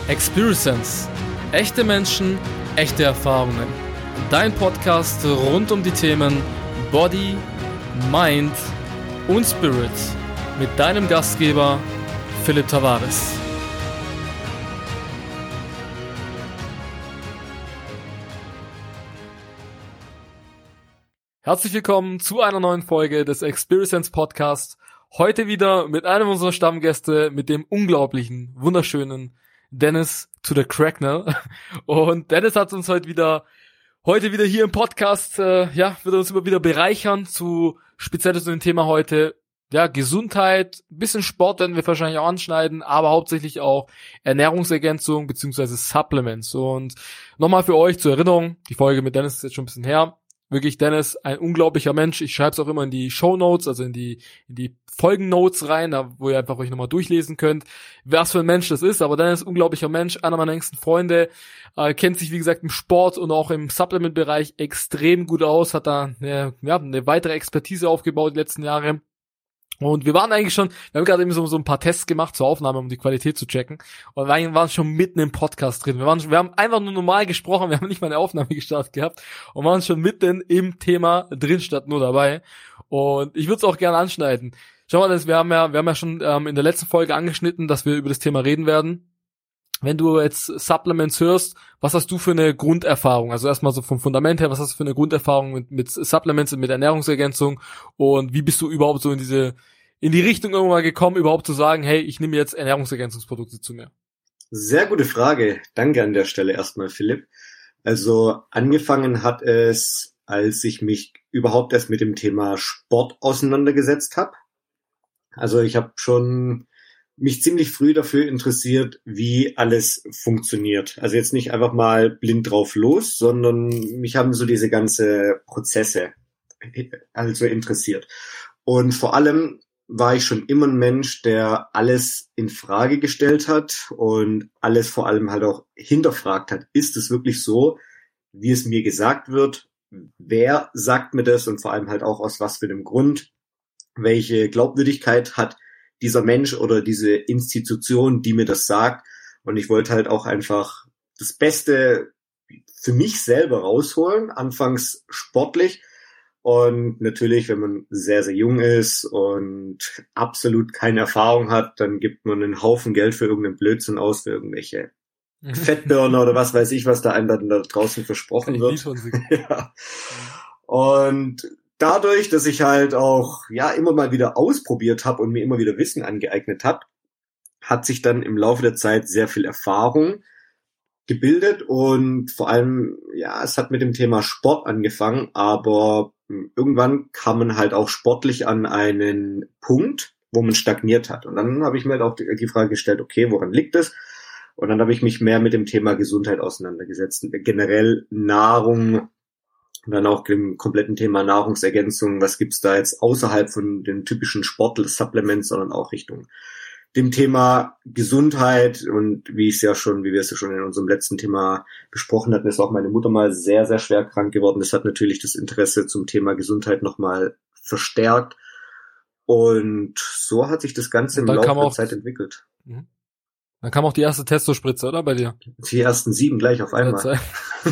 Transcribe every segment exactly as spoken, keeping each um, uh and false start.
Experience. Echte Menschen, echte Erfahrungen. Dein Podcast rund um die Themen Body, Mind und Spirit. Mit deinem Gastgeber Philipp Tavares. Herzlich willkommen zu einer neuen Folge des Experience Podcasts. Heute wieder mit einem unserer Stammgäste, mit dem unglaublichen, wunderschönen Dennis to the Cracknell. Und Dennis hat uns heute wieder, heute wieder hier im Podcast, äh, ja, wird uns immer wieder bereichern zu, speziell zu dem Thema heute, ja, Gesundheit, ein bisschen Sport werden wir wahrscheinlich auch anschneiden, aber hauptsächlich auch Ernährungsergänzung beziehungsweise Supplements. Und nochmal für euch zur Erinnerung, die Folge mit Dennis ist jetzt schon ein bisschen her. Wirklich, Dennis, ein unglaublicher Mensch. Ich schreibe es auch immer in die Shownotes, also in die in die Folgennotes rein, da, wo ihr einfach euch nochmal durchlesen könnt, was für ein Mensch das ist. Aber Dennis, unglaublicher Mensch, einer meiner engsten Freunde, äh, kennt sich, wie gesagt, im Sport und auch im Supplement-Bereich extrem gut aus, hat da eine, ja, eine weitere Expertise aufgebaut die letzten Jahre. Und wir waren eigentlich schon, wir haben gerade eben so, so ein paar Tests gemacht zur Aufnahme, um die Qualität zu checken. Und wir waren schon mitten im Podcast drin. Wir waren, wir haben einfach nur normal gesprochen, wir haben nicht mal eine Aufnahme gestartet gehabt und waren schon mitten im Thema drin, statt nur dabei. Und ich würde es auch gerne anschneiden. Schau mal, das, wir haben ja, wir haben ja schon ähm, in der letzten Folge angeschnitten, dass wir über das Thema reden werden. Wenn du jetzt Supplements hörst, was hast du für eine Grunderfahrung? Also erstmal so vom Fundament her, was hast du für eine Grunderfahrung mit, mit Supplements und mit Ernährungsergänzung? Und wie bist du überhaupt so in diese, in die Richtung irgendwann gekommen, überhaupt zu sagen, hey, ich nehme jetzt Ernährungsergänzungsprodukte zu mir? Sehr gute Frage. Danke an der Stelle erstmal, Philipp. Also angefangen hat es, als ich mich überhaupt erst mit dem Thema Sport auseinandergesetzt habe. Also ich habe schon mich ziemlich früh dafür interessiert, wie alles funktioniert. Also jetzt nicht einfach mal blind drauf los, sondern mich haben so diese ganze Prozesse also interessiert. Und vor allem war ich schon immer ein Mensch, der alles in Frage gestellt hat und alles vor allem halt auch hinterfragt hat. Ist es wirklich so, wie es mir gesagt wird? Wer sagt mir das? Und vor allem halt auch aus was für einem Grund? Welche Glaubwürdigkeit hat dieser Mensch oder diese Institution, die mir das sagt? Und ich wollte halt auch einfach das Beste für mich selber rausholen, anfangs sportlich. Und natürlich, wenn man sehr, sehr jung ist und absolut keine Erfahrung hat, dann gibt man einen Haufen Geld für irgendeinen Blödsinn aus, für irgendwelche Fettburner oder was weiß ich, was da einem dann da draußen versprochen wird. Ja. Und dadurch, dass ich halt auch ja immer mal wieder ausprobiert habe und mir immer wieder Wissen angeeignet habe, hat sich dann im Laufe der Zeit sehr viel Erfahrung gebildet und vor allem, ja, es hat mit dem Thema Sport angefangen, aber irgendwann kam man halt auch sportlich an einen Punkt, wo man stagniert hat. Und dann habe ich mir halt auch die, die Frage gestellt, okay, woran liegt es? Und dann habe ich mich mehr mit dem Thema Gesundheit auseinandergesetzt, generell Nahrung, und dann auch dem kompletten Thema Nahrungsergänzung, was gibt's da jetzt außerhalb von den typischen Sport-Supplements, sondern auch Richtung dem Thema Gesundheit. Und wie ich es ja schon, wie wir es ja schon in unserem letzten Thema besprochen hatten, ist auch meine Mutter mal sehr, sehr schwer krank geworden. Das hat natürlich das Interesse zum Thema Gesundheit nochmal verstärkt. Und so hat sich das Ganze im Laufe der Zeit entwickelt. Mhm. Dann kam auch die erste Testospritze, oder, bei dir? Die ersten sieben gleich auf einmal.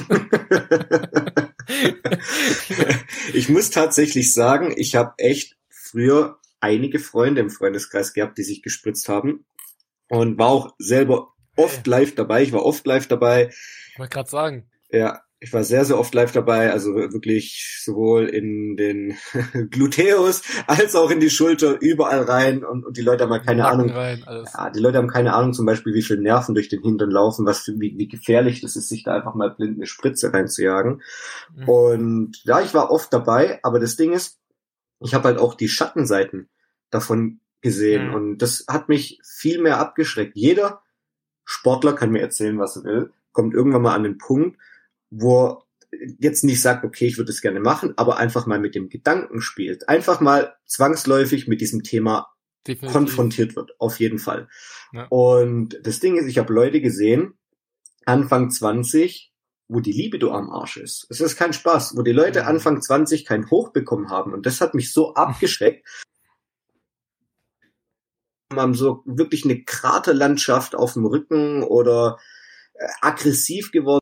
Ich muss tatsächlich sagen, ich habe echt früher einige Freunde im Freundeskreis gehabt, die sich gespritzt haben und war auch selber oft live dabei. Ich war oft live dabei. Ich wollte gerade sagen. Ja, ich war sehr, sehr oft live dabei, also wirklich sowohl in den Gluteus als auch in die Schulter, überall rein und, und die Leute haben halt keine Nacken Ahnung. Rein, alles. Ja, die Leute haben keine Ahnung zum Beispiel, wie viele Nerven durch den Hintern laufen, was für, wie, wie gefährlich das ist, sich da einfach mal blind eine Spritze reinzujagen. Mhm. Und ja, ich war oft dabei, aber das Ding ist, ich habe halt auch die Schattenseiten davon gesehen mhm. und das hat mich viel mehr abgeschreckt. Jeder Sportler kann mir erzählen, was er will, kommt irgendwann mal an den Punkt, wo jetzt nicht sagt, okay, ich würde es gerne machen, aber einfach mal mit dem Gedanken spielt. Einfach mal zwangsläufig mit diesem Thema Definitiv. konfrontiert wird, auf jeden Fall. Ja. Und das Ding ist, ich habe Leute gesehen, Anfang zwanzig, wo die Libido am Arsch ist. Es ist kein Spaß, wo die Leute Anfang zwanzig kein Hoch bekommen haben. Und das hat mich so abgeschreckt. haben so wirklich eine Kraterlandschaft auf dem Rücken oder äh, aggressiv geworden,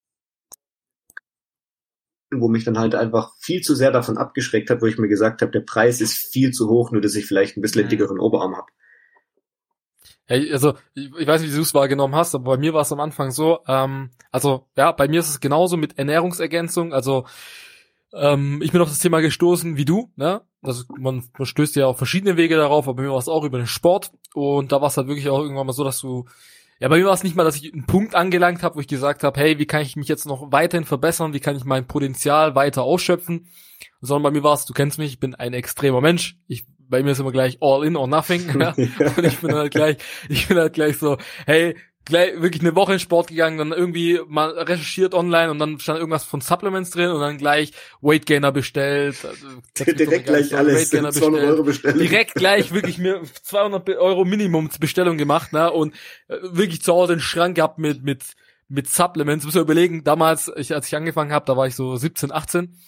wo mich dann halt einfach viel zu sehr davon abgeschreckt hat, wo ich mir gesagt habe, der Preis ist viel zu hoch, nur dass ich vielleicht ein bisschen Mhm. dickeren Oberarm habe. Ja, also ich, ich weiß nicht, wie du es wahrgenommen hast, aber bei mir war es am Anfang so, ähm, also ja, bei mir ist es genauso mit Ernährungsergänzung, also ähm, ich bin auf das Thema gestoßen wie du, ne? Also man, man stößt ja auf verschiedene Wege darauf, aber bei mir war es auch über den Sport und da war es halt wirklich auch irgendwann mal so, dass du, ja, bei mir war es nicht mal, dass ich einen Punkt angelangt habe, wo ich gesagt habe, hey, wie kann ich mich jetzt noch weiterhin verbessern, wie kann ich mein Potenzial weiter ausschöpfen, sondern bei mir war es, du kennst mich, ich bin ein extremer Mensch, ich bei mir ist immer gleich all in or nothing, ja? Und ich bin halt gleich, ich bin halt gleich so, hey, gleich wirklich eine Woche in Sport gegangen, dann irgendwie mal recherchiert online und dann stand irgendwas von Supplements drin und dann gleich Weight Gainer bestellt. Also, direkt gleich alles, zweihundert Euro Bestellung. Direkt gleich wirklich mir zweihundert Euro Minimum Bestellung gemacht, ne, und äh, wirklich zu Hause den Schrank gehabt mit, mit, mit Supplements. Muss man überlegen, damals, ich, als ich angefangen habe, da war ich so siebzehn, achtzehn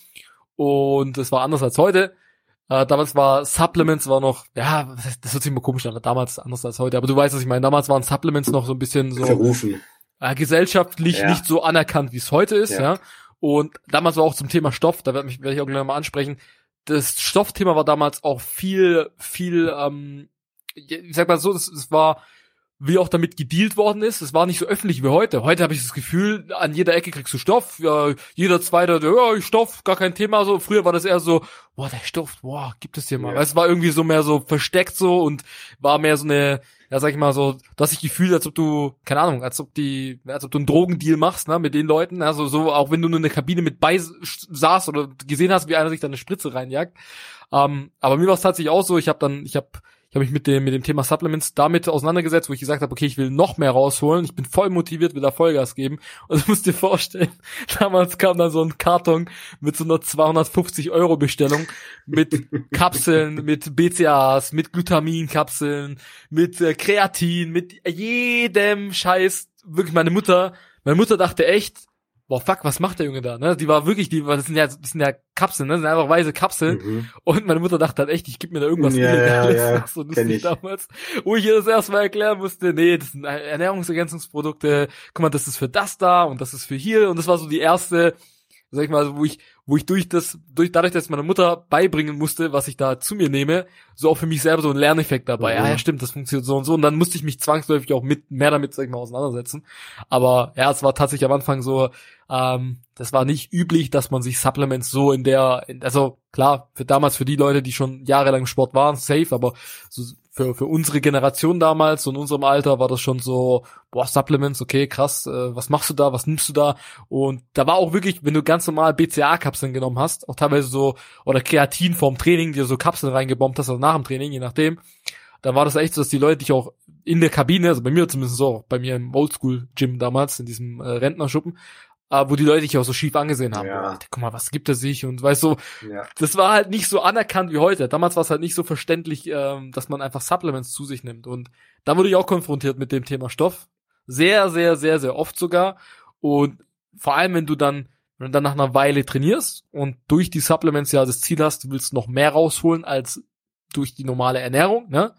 und es war anders als heute. Uh, damals war Supplements war noch, ja, das hört sich immer komisch an, damals anders als heute, aber du weißt, was ich meine. Damals waren Supplements noch so ein bisschen so verrufen. Uh, gesellschaftlich ja. nicht so anerkannt, wie es heute ist, ja. ja. Und damals war auch zum Thema Stoff, da werde ich, werd ich auch gleich mal ansprechen. Das Stoffthema war damals auch viel, viel, ähm, ich sag mal so, das, das war, wie auch damit gedealt worden ist. Es war nicht so öffentlich wie heute. Heute habe ich das Gefühl, an jeder Ecke kriegst du Stoff. Ja, jeder Zweite, ja, Stoff, gar kein Thema. So früher war das eher so, boah, der Stoff, boah, gibt es hier mal. Ja. Es war irgendwie so mehr so versteckt so und war mehr so eine, ja, sag ich mal so, du hast dich gefühlt, als ob du, keine Ahnung, als ob die, als ob du einen Drogendeal machst, ne, mit den Leuten. Also so, auch wenn du nur in der Kabine mit bei saßt oder gesehen hast, wie einer sich da eine Spritze reinjagt. Ähm, aber mir war es tatsächlich auch so. Ich habe dann, ich habe Ich habe mich mit dem mit dem Thema Supplements damit auseinandergesetzt, wo ich gesagt habe, okay, ich will noch mehr rausholen. Ich bin voll motiviert, will da Vollgas geben. Und du musst dir vorstellen, damals kam dann so ein Karton mit so einer zweihundertfünfzig Euro Bestellung mit Kapseln, mit B C A As, mit Glutaminkapseln, mit äh, Kreatin, mit jedem Scheiß. Wirklich, meine Mutter, meine Mutter dachte echt, boah, fuck, was macht der Junge da, ne? Die war wirklich, die, das sind ja, das sind ja Kapseln, ne? Das sind einfach weiße Kapseln. Mhm. Und meine Mutter dachte halt echt, ich geb mir da irgendwas ja, Illegales. Ja, ja. So lustig damals. Wo ich ihr das erstmal erklären musste, nee, das sind Ernährungsergänzungsprodukte, guck mal, das ist für das da und das ist für hier. Und das war so die erste, sag ich mal, wo ich, wo ich durch das, durch, dadurch, dass ich meiner Mutter beibringen musste, was ich da zu mir nehme, so auch für mich selber so ein Lerneffekt dabei. Mhm. Ja, ja, stimmt, das funktioniert so und so. Und dann musste ich mich zwangsläufig auch mit, mehr damit, sag ich mal, auseinandersetzen. Aber ja, es war tatsächlich am Anfang so, ähm, das war nicht üblich, dass man sich Supplements so in der, in, also klar, für damals, für die Leute, die schon jahrelang im Sport waren, safe, aber so für, für unsere Generation damals, so in unserem Alter, war das schon so, boah, Supplements, okay, krass, äh, was machst du da, was nimmst du da? Und da war auch wirklich, wenn du ganz normal B C A A-Kapseln genommen hast, auch teilweise so, oder Kreatin vorm Training, dir so Kapseln reingebombt hast, oder nach dem Training, je nachdem, dann war das echt so, dass die Leute dich auch in der Kabine, also bei mir zumindest so, bei mir im Oldschool-Gym damals, in diesem äh, Rentnerschuppen, äh, wo die Leute dich auch so schief angesehen haben. Ja. Boah, guck mal, was gibt er sich? Und weißt du, ja. das war halt nicht so anerkannt wie heute. Damals war es halt nicht so verständlich, ähm, dass man einfach Supplements zu sich nimmt. Und da wurde ich auch konfrontiert mit dem Thema Stoff. Sehr, sehr, sehr, sehr oft sogar. Und vor allem, wenn du dann, wenn du dann nach einer Weile trainierst und durch die Supplements ja das Ziel hast, du willst noch mehr rausholen als durch die normale Ernährung, ne?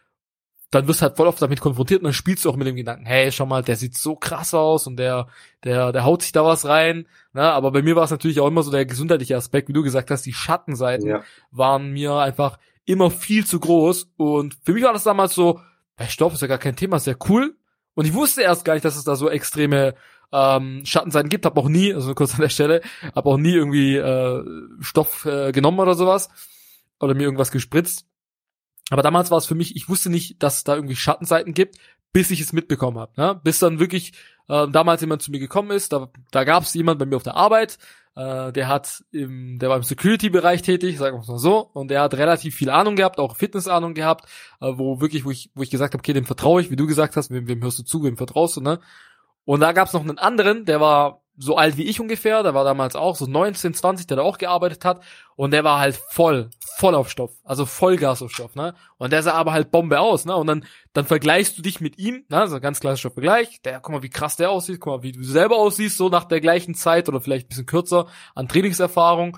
Dann wirst du halt voll oft damit konfrontiert und dann spielst du auch mit dem Gedanken, hey, schau mal, der sieht so krass aus und der, der, der haut sich da was rein, ne? Aber bei mir war es natürlich auch immer so der gesundheitliche Aspekt, wie du gesagt hast, die Schattenseiten ja. waren mir einfach immer viel zu groß und für mich war das damals so, der Stoff ist ja gar kein Thema, ist ja cool und ich wusste erst gar nicht, dass es da so extreme ähm, Schattenseiten gibt, hab auch nie, also kurz an der Stelle, hab auch nie irgendwie äh, Stoff äh, genommen oder sowas oder mir irgendwas gespritzt. Aber damals war es für mich, ich wusste nicht, dass es da irgendwie Schattenseiten gibt, bis ich es mitbekommen habe. Ne? Bis dann wirklich äh, damals jemand zu mir gekommen ist, da, da gab es jemand bei mir auf der Arbeit, äh, der hat im, der war im Security-Bereich tätig, sagen wir es mal so, und der hat relativ viel Ahnung gehabt, auch Fitness-Ahnung gehabt, äh, wo wirklich, wo ich, wo ich gesagt habe, okay, dem vertraue ich, wie du gesagt hast, wem, wem hörst du zu, wem vertraust du, ne? Und da gab es noch einen anderen, der war so alt wie ich ungefähr, der war damals auch so neunzehn, zwanzig, der da auch gearbeitet hat und der war halt voll, voll auf Stoff, also Vollgas auf Stoff, ne? Und der sah aber halt Bombe aus, ne? Und dann dann vergleichst du dich mit ihm, ne? So ein ganz klassischer Vergleich, der, guck mal, wie krass der aussieht, guck mal, wie du selber aussiehst, so nach der gleichen Zeit oder vielleicht ein bisschen kürzer an Trainingserfahrung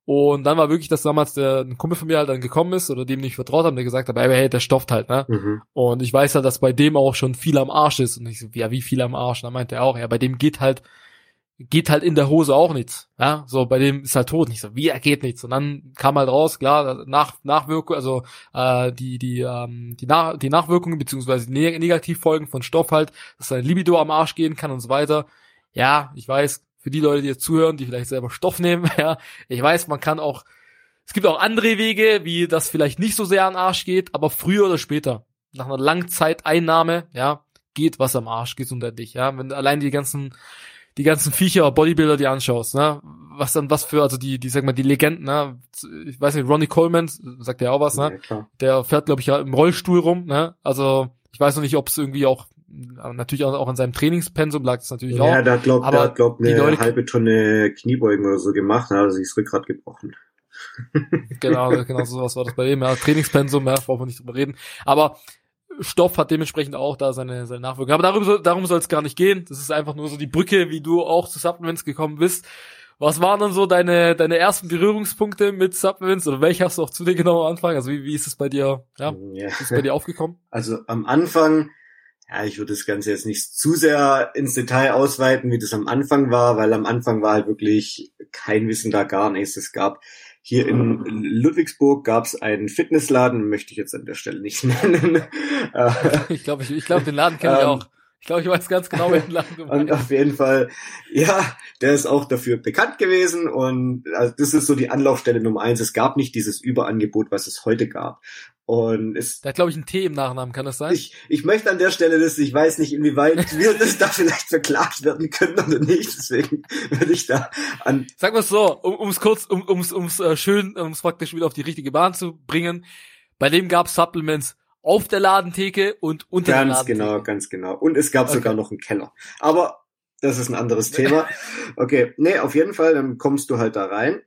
Und dann war wirklich, dass damals der ein Kumpel von mir halt dann gekommen ist oder dem nicht vertraut haben, der gesagt hat, hey, der stofft halt, ne? Mhm. Und ich weiß halt, dass bei dem auch schon viel am Arsch ist. Und ich so, ja, wie viel am Arsch? Und dann meinte er auch, ja, bei dem geht halt, geht halt in der Hose auch nichts, ja? So, bei dem ist halt tot. Nicht so, wie, er geht nichts. Und dann kam halt raus, klar, nach, Nachwirkung, also, äh, die, die, ähm, die, Nach die Nachwirkungen, beziehungsweise die Neg- Negativfolgen von Stoff halt, dass dein Libido am Arsch gehen kann und so weiter. Ja, ich weiß, für die Leute, die jetzt zuhören, die vielleicht selber Stoff nehmen, ja, ich weiß, man kann auch, es gibt auch andere Wege, wie das vielleicht nicht so sehr an den Arsch geht, aber früher oder später, nach einer Langzeiteinnahme, ja, geht was am Arsch gesundheitlich, ja, wenn du allein die ganzen, die ganzen Viecher, Bodybuilder, die anschaust, ne, was dann, was für, also die, die, sag mal, die Legenden, ne, ich weiß nicht, Ronnie Coleman, sagt ja auch was, ne, Ja, der fährt, glaube ich, ja im Rollstuhl rum, ne, also, ich weiß noch nicht, ob es irgendwie auch, natürlich auch, auch in seinem Trainingspensum lag es natürlich auch. Ja, der hat, glaub, der hat, glaub, eine Leute, halbe Tonne Kniebeugen oder so gemacht, da hat er sich das Rückgrat gebrochen. Genau, genau, sowas war das bei dem, ja, Trainingspensum, ja, brauchen wir nicht drüber reden. Aber Stoff hat dementsprechend auch da seine, seine Nachwirkungen. Aber darum, soll, darum soll es gar nicht gehen. Das ist einfach nur so die Brücke, wie du auch zu Supplements gekommen bist. Was waren dann so deine, deine ersten Berührungspunkte mit Supplements? Oder welche hast du auch zu dir genau am Anfang? Also wie, wie ist es bei dir, ja, Ja. wie ist es bei dir aufgekommen? Also am Anfang, ja, ich würde das Ganze jetzt nicht zu sehr ins Detail ausweiten, wie das am Anfang war, weil am Anfang war halt wirklich kein Wissen da, gar nichts. Es gab hier in Ludwigsburg gab es einen Fitnessladen, möchte ich jetzt an der Stelle nicht nennen. ich glaube, ich, ich glaube, den Laden kenne ich ähm, auch. Ich glaube, ich weiß ganz genau, welchen Laden du meinst. Und auf jeden Fall, ja, der ist auch dafür bekannt gewesen und also das ist so die Anlaufstelle Nummer eins. Es gab nicht dieses Überangebot, was es heute gab. Und es, der hat, glaube ich, einen T im Nachnamen, kann das sein? Ich, ich möchte an der Stelle das, ich weiß nicht, inwieweit wir das da vielleicht verklagt werden können oder nicht, deswegen würde ich da an... Sag mal so, um ums kurz, um ums ums äh, schön, ums praktisch wieder auf die richtige Bahn zu bringen, bei dem gab's Supplements auf der Ladentheke und unter der Ganz Ladentheke. genau, ganz genau. Und es gab Okay. sogar noch einen Keller. Aber das ist ein anderes Thema. Okay, nee, auf jeden Fall, dann kommst du halt da rein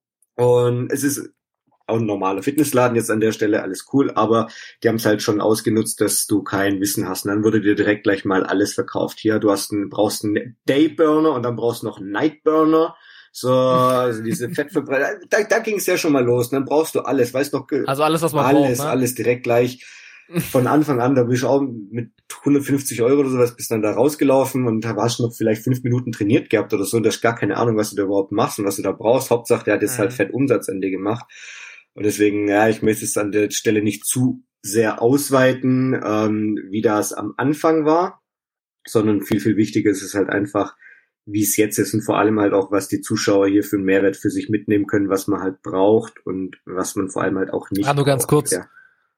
und es ist auch ein normaler Fitnessladen jetzt an der Stelle, alles cool, aber die haben es halt schon ausgenutzt, dass du kein Wissen hast. Und dann wurde dir direkt gleich mal alles verkauft. Hier, du hast einen, brauchst einen Dayburner und dann brauchst du noch einen Nightburner. So, also diese Fettverbrenner, da, da ging es ja schon mal los. Und dann brauchst du alles, weißt noch, Also alles, was man alles, braucht, ne? alles direkt gleich von Anfang an. Da bist du auch mit hundertfünfzig Euro oder sowas bist dann da rausgelaufen und da hast du noch vielleicht fünf Minuten trainiert gehabt oder so. Und du hast gar keine Ahnung, was du da überhaupt machst und was du da brauchst. Hauptsache, der hat jetzt Mhm. halt Fettumsatz an dir gemacht. Und deswegen, ja, ich möchte es an der Stelle nicht zu sehr ausweiten, ähm, wie das am Anfang war, sondern viel, viel wichtiger ist es halt einfach, wie es jetzt ist und vor allem halt auch, was die Zuschauer hier für einen Mehrwert für sich mitnehmen können, was man halt braucht und was man vor allem halt auch nicht Ah, nur ganz braucht. kurz. Ja.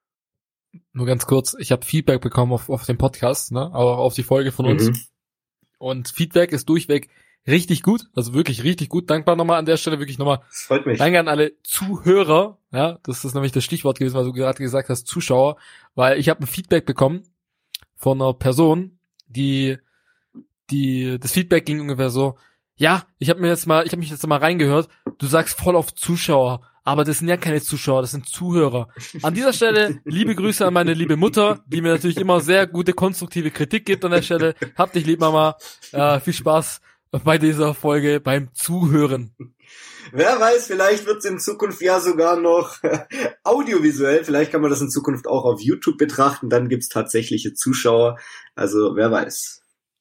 Nur ganz kurz, ich habe Feedback bekommen auf, auf den Podcast, ne, aber auch auf die Folge von uns. Mhm. Und Feedback ist durchweg richtig gut, also wirklich richtig gut. Dankbar nochmal an der Stelle, wirklich nochmal Das freut mich. danke an alle Zuhörer, ja, das ist nämlich das Stichwort gewesen, weil du gerade gesagt hast, Zuschauer, weil ich habe ein Feedback bekommen von einer Person, die, die, das Feedback ging ungefähr so, ja, ich habe mir jetzt mal, ich habe mich jetzt mal reingehört, du sagst voll auf Zuschauer, aber das sind ja keine Zuschauer, das sind Zuhörer. An dieser Stelle liebe Grüße an meine liebe Mutter, die mir natürlich immer sehr gute, konstruktive Kritik gibt an der Stelle. Hab dich lieb, Mama, äh, viel Spaß bei dieser Folge beim Zuhören. Wer weiß, vielleicht wird es in Zukunft ja sogar noch audiovisuell. Vielleicht kann man das in Zukunft auch auf YouTube betrachten. Dann gibt's tatsächliche Zuschauer. Also wer weiß.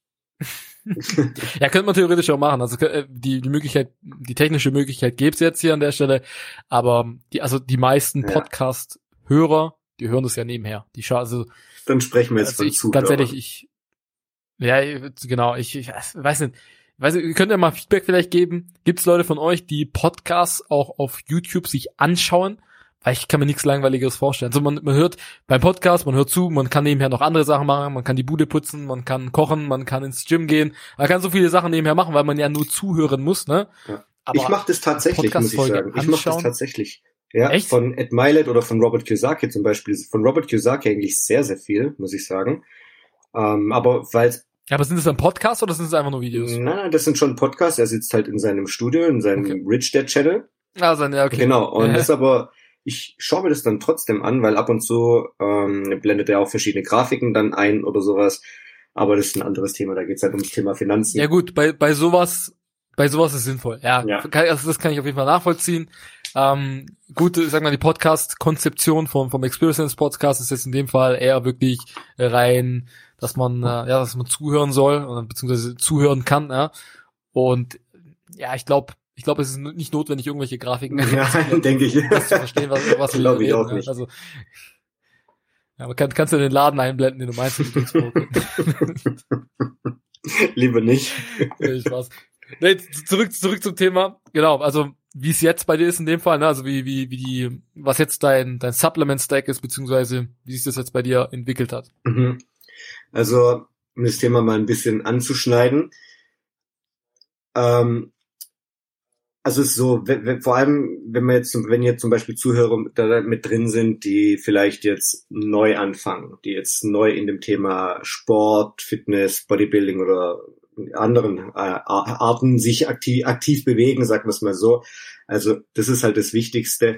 Ja, könnte man theoretisch auch machen. Also äh, die die Möglichkeit, die technische Möglichkeit gibt's jetzt hier an der Stelle. Aber die also die meisten Ja. Podcast-Hörer, die hören das ja nebenher. Die scha also Dann sprechen wir jetzt also von ich, Zuhörern. ganz ehrlich, ich ja genau, ich, ich weiß nicht. Weiß nicht, ihr könnt ja mal Feedback vielleicht geben. Gibt's Leute von euch, die Podcasts auch auf YouTube sich anschauen? Weil ich kann mir nichts Langweiligeres vorstellen. Also man, man hört beim Podcast, man hört zu, man kann nebenher noch andere Sachen machen, man kann die Bude putzen, man kann kochen, man kann ins Gym gehen, man kann so viele Sachen nebenher machen, weil man ja nur zuhören muss, ne? Ja. Aber ich mache das tatsächlich, muss ich Podcast-Folge sagen. Ich mache das anschauen? tatsächlich. Ja, Echt? von Ed Milet oder von Robert Kiyosaki zum Beispiel. Von Robert Kiyosaki eigentlich sehr, sehr viel, muss ich sagen. Ähm, aber weil Ja, aber sind das dann Podcasts oder sind es einfach nur Videos? Nein, nein, das sind schon Podcasts. Er sitzt halt in seinem Studio, in seinem Okay. Rich Dad Channel. Also, ja, okay. Genau, und Ja. das aber, ich schaue mir das dann trotzdem an, weil ab und zu ähm, blendet er auch verschiedene Grafiken dann ein oder sowas. Aber das ist ein anderes Thema, da geht's halt ums Thema Finanzen. Ja gut, bei bei sowas bei sowas ist es sinnvoll. Ja, Ja. Kann, also das kann ich auf jeden Fall nachvollziehen. Ähm, gut, ich sag mal, die Podcast-Konzeption vom, vom Experience Podcast ist jetzt in dem Fall eher wirklich rein, dass man, äh, ja, dass man zuhören soll, oder beziehungsweise zuhören kann, ja. Und, ja, ich glaube, ich glaube, es ist nicht notwendig, irgendwelche Grafiken Ja, denke ich. das zu verstehen, was, was wir Glaube ich reden, auch ja. nicht. Also, ja, man kann, kannst du den Laden einblenden, den du meinst. Lieber nicht. Nee, Spaß. Nee, zurück, zurück zum Thema. Genau, also wie es jetzt bei dir ist in dem Fall, ne? Also wie, wie, wie die, was jetzt dein, dein Supplement-Stack ist, beziehungsweise wie sich das jetzt bei dir entwickelt hat. Mhm. Also, um das Thema mal ein bisschen anzuschneiden. Ähm, also es ist so, wenn, wenn, vor allem, wenn wir jetzt, wenn jetzt zum Beispiel Zuhörer da mit drin sind, die vielleicht jetzt neu anfangen, die jetzt neu in dem Thema Sport, Fitness, Bodybuilding oder anderen äh, Arten sich aktiv, aktiv bewegen, sagen wir es mal so. Also das ist halt das Wichtigste.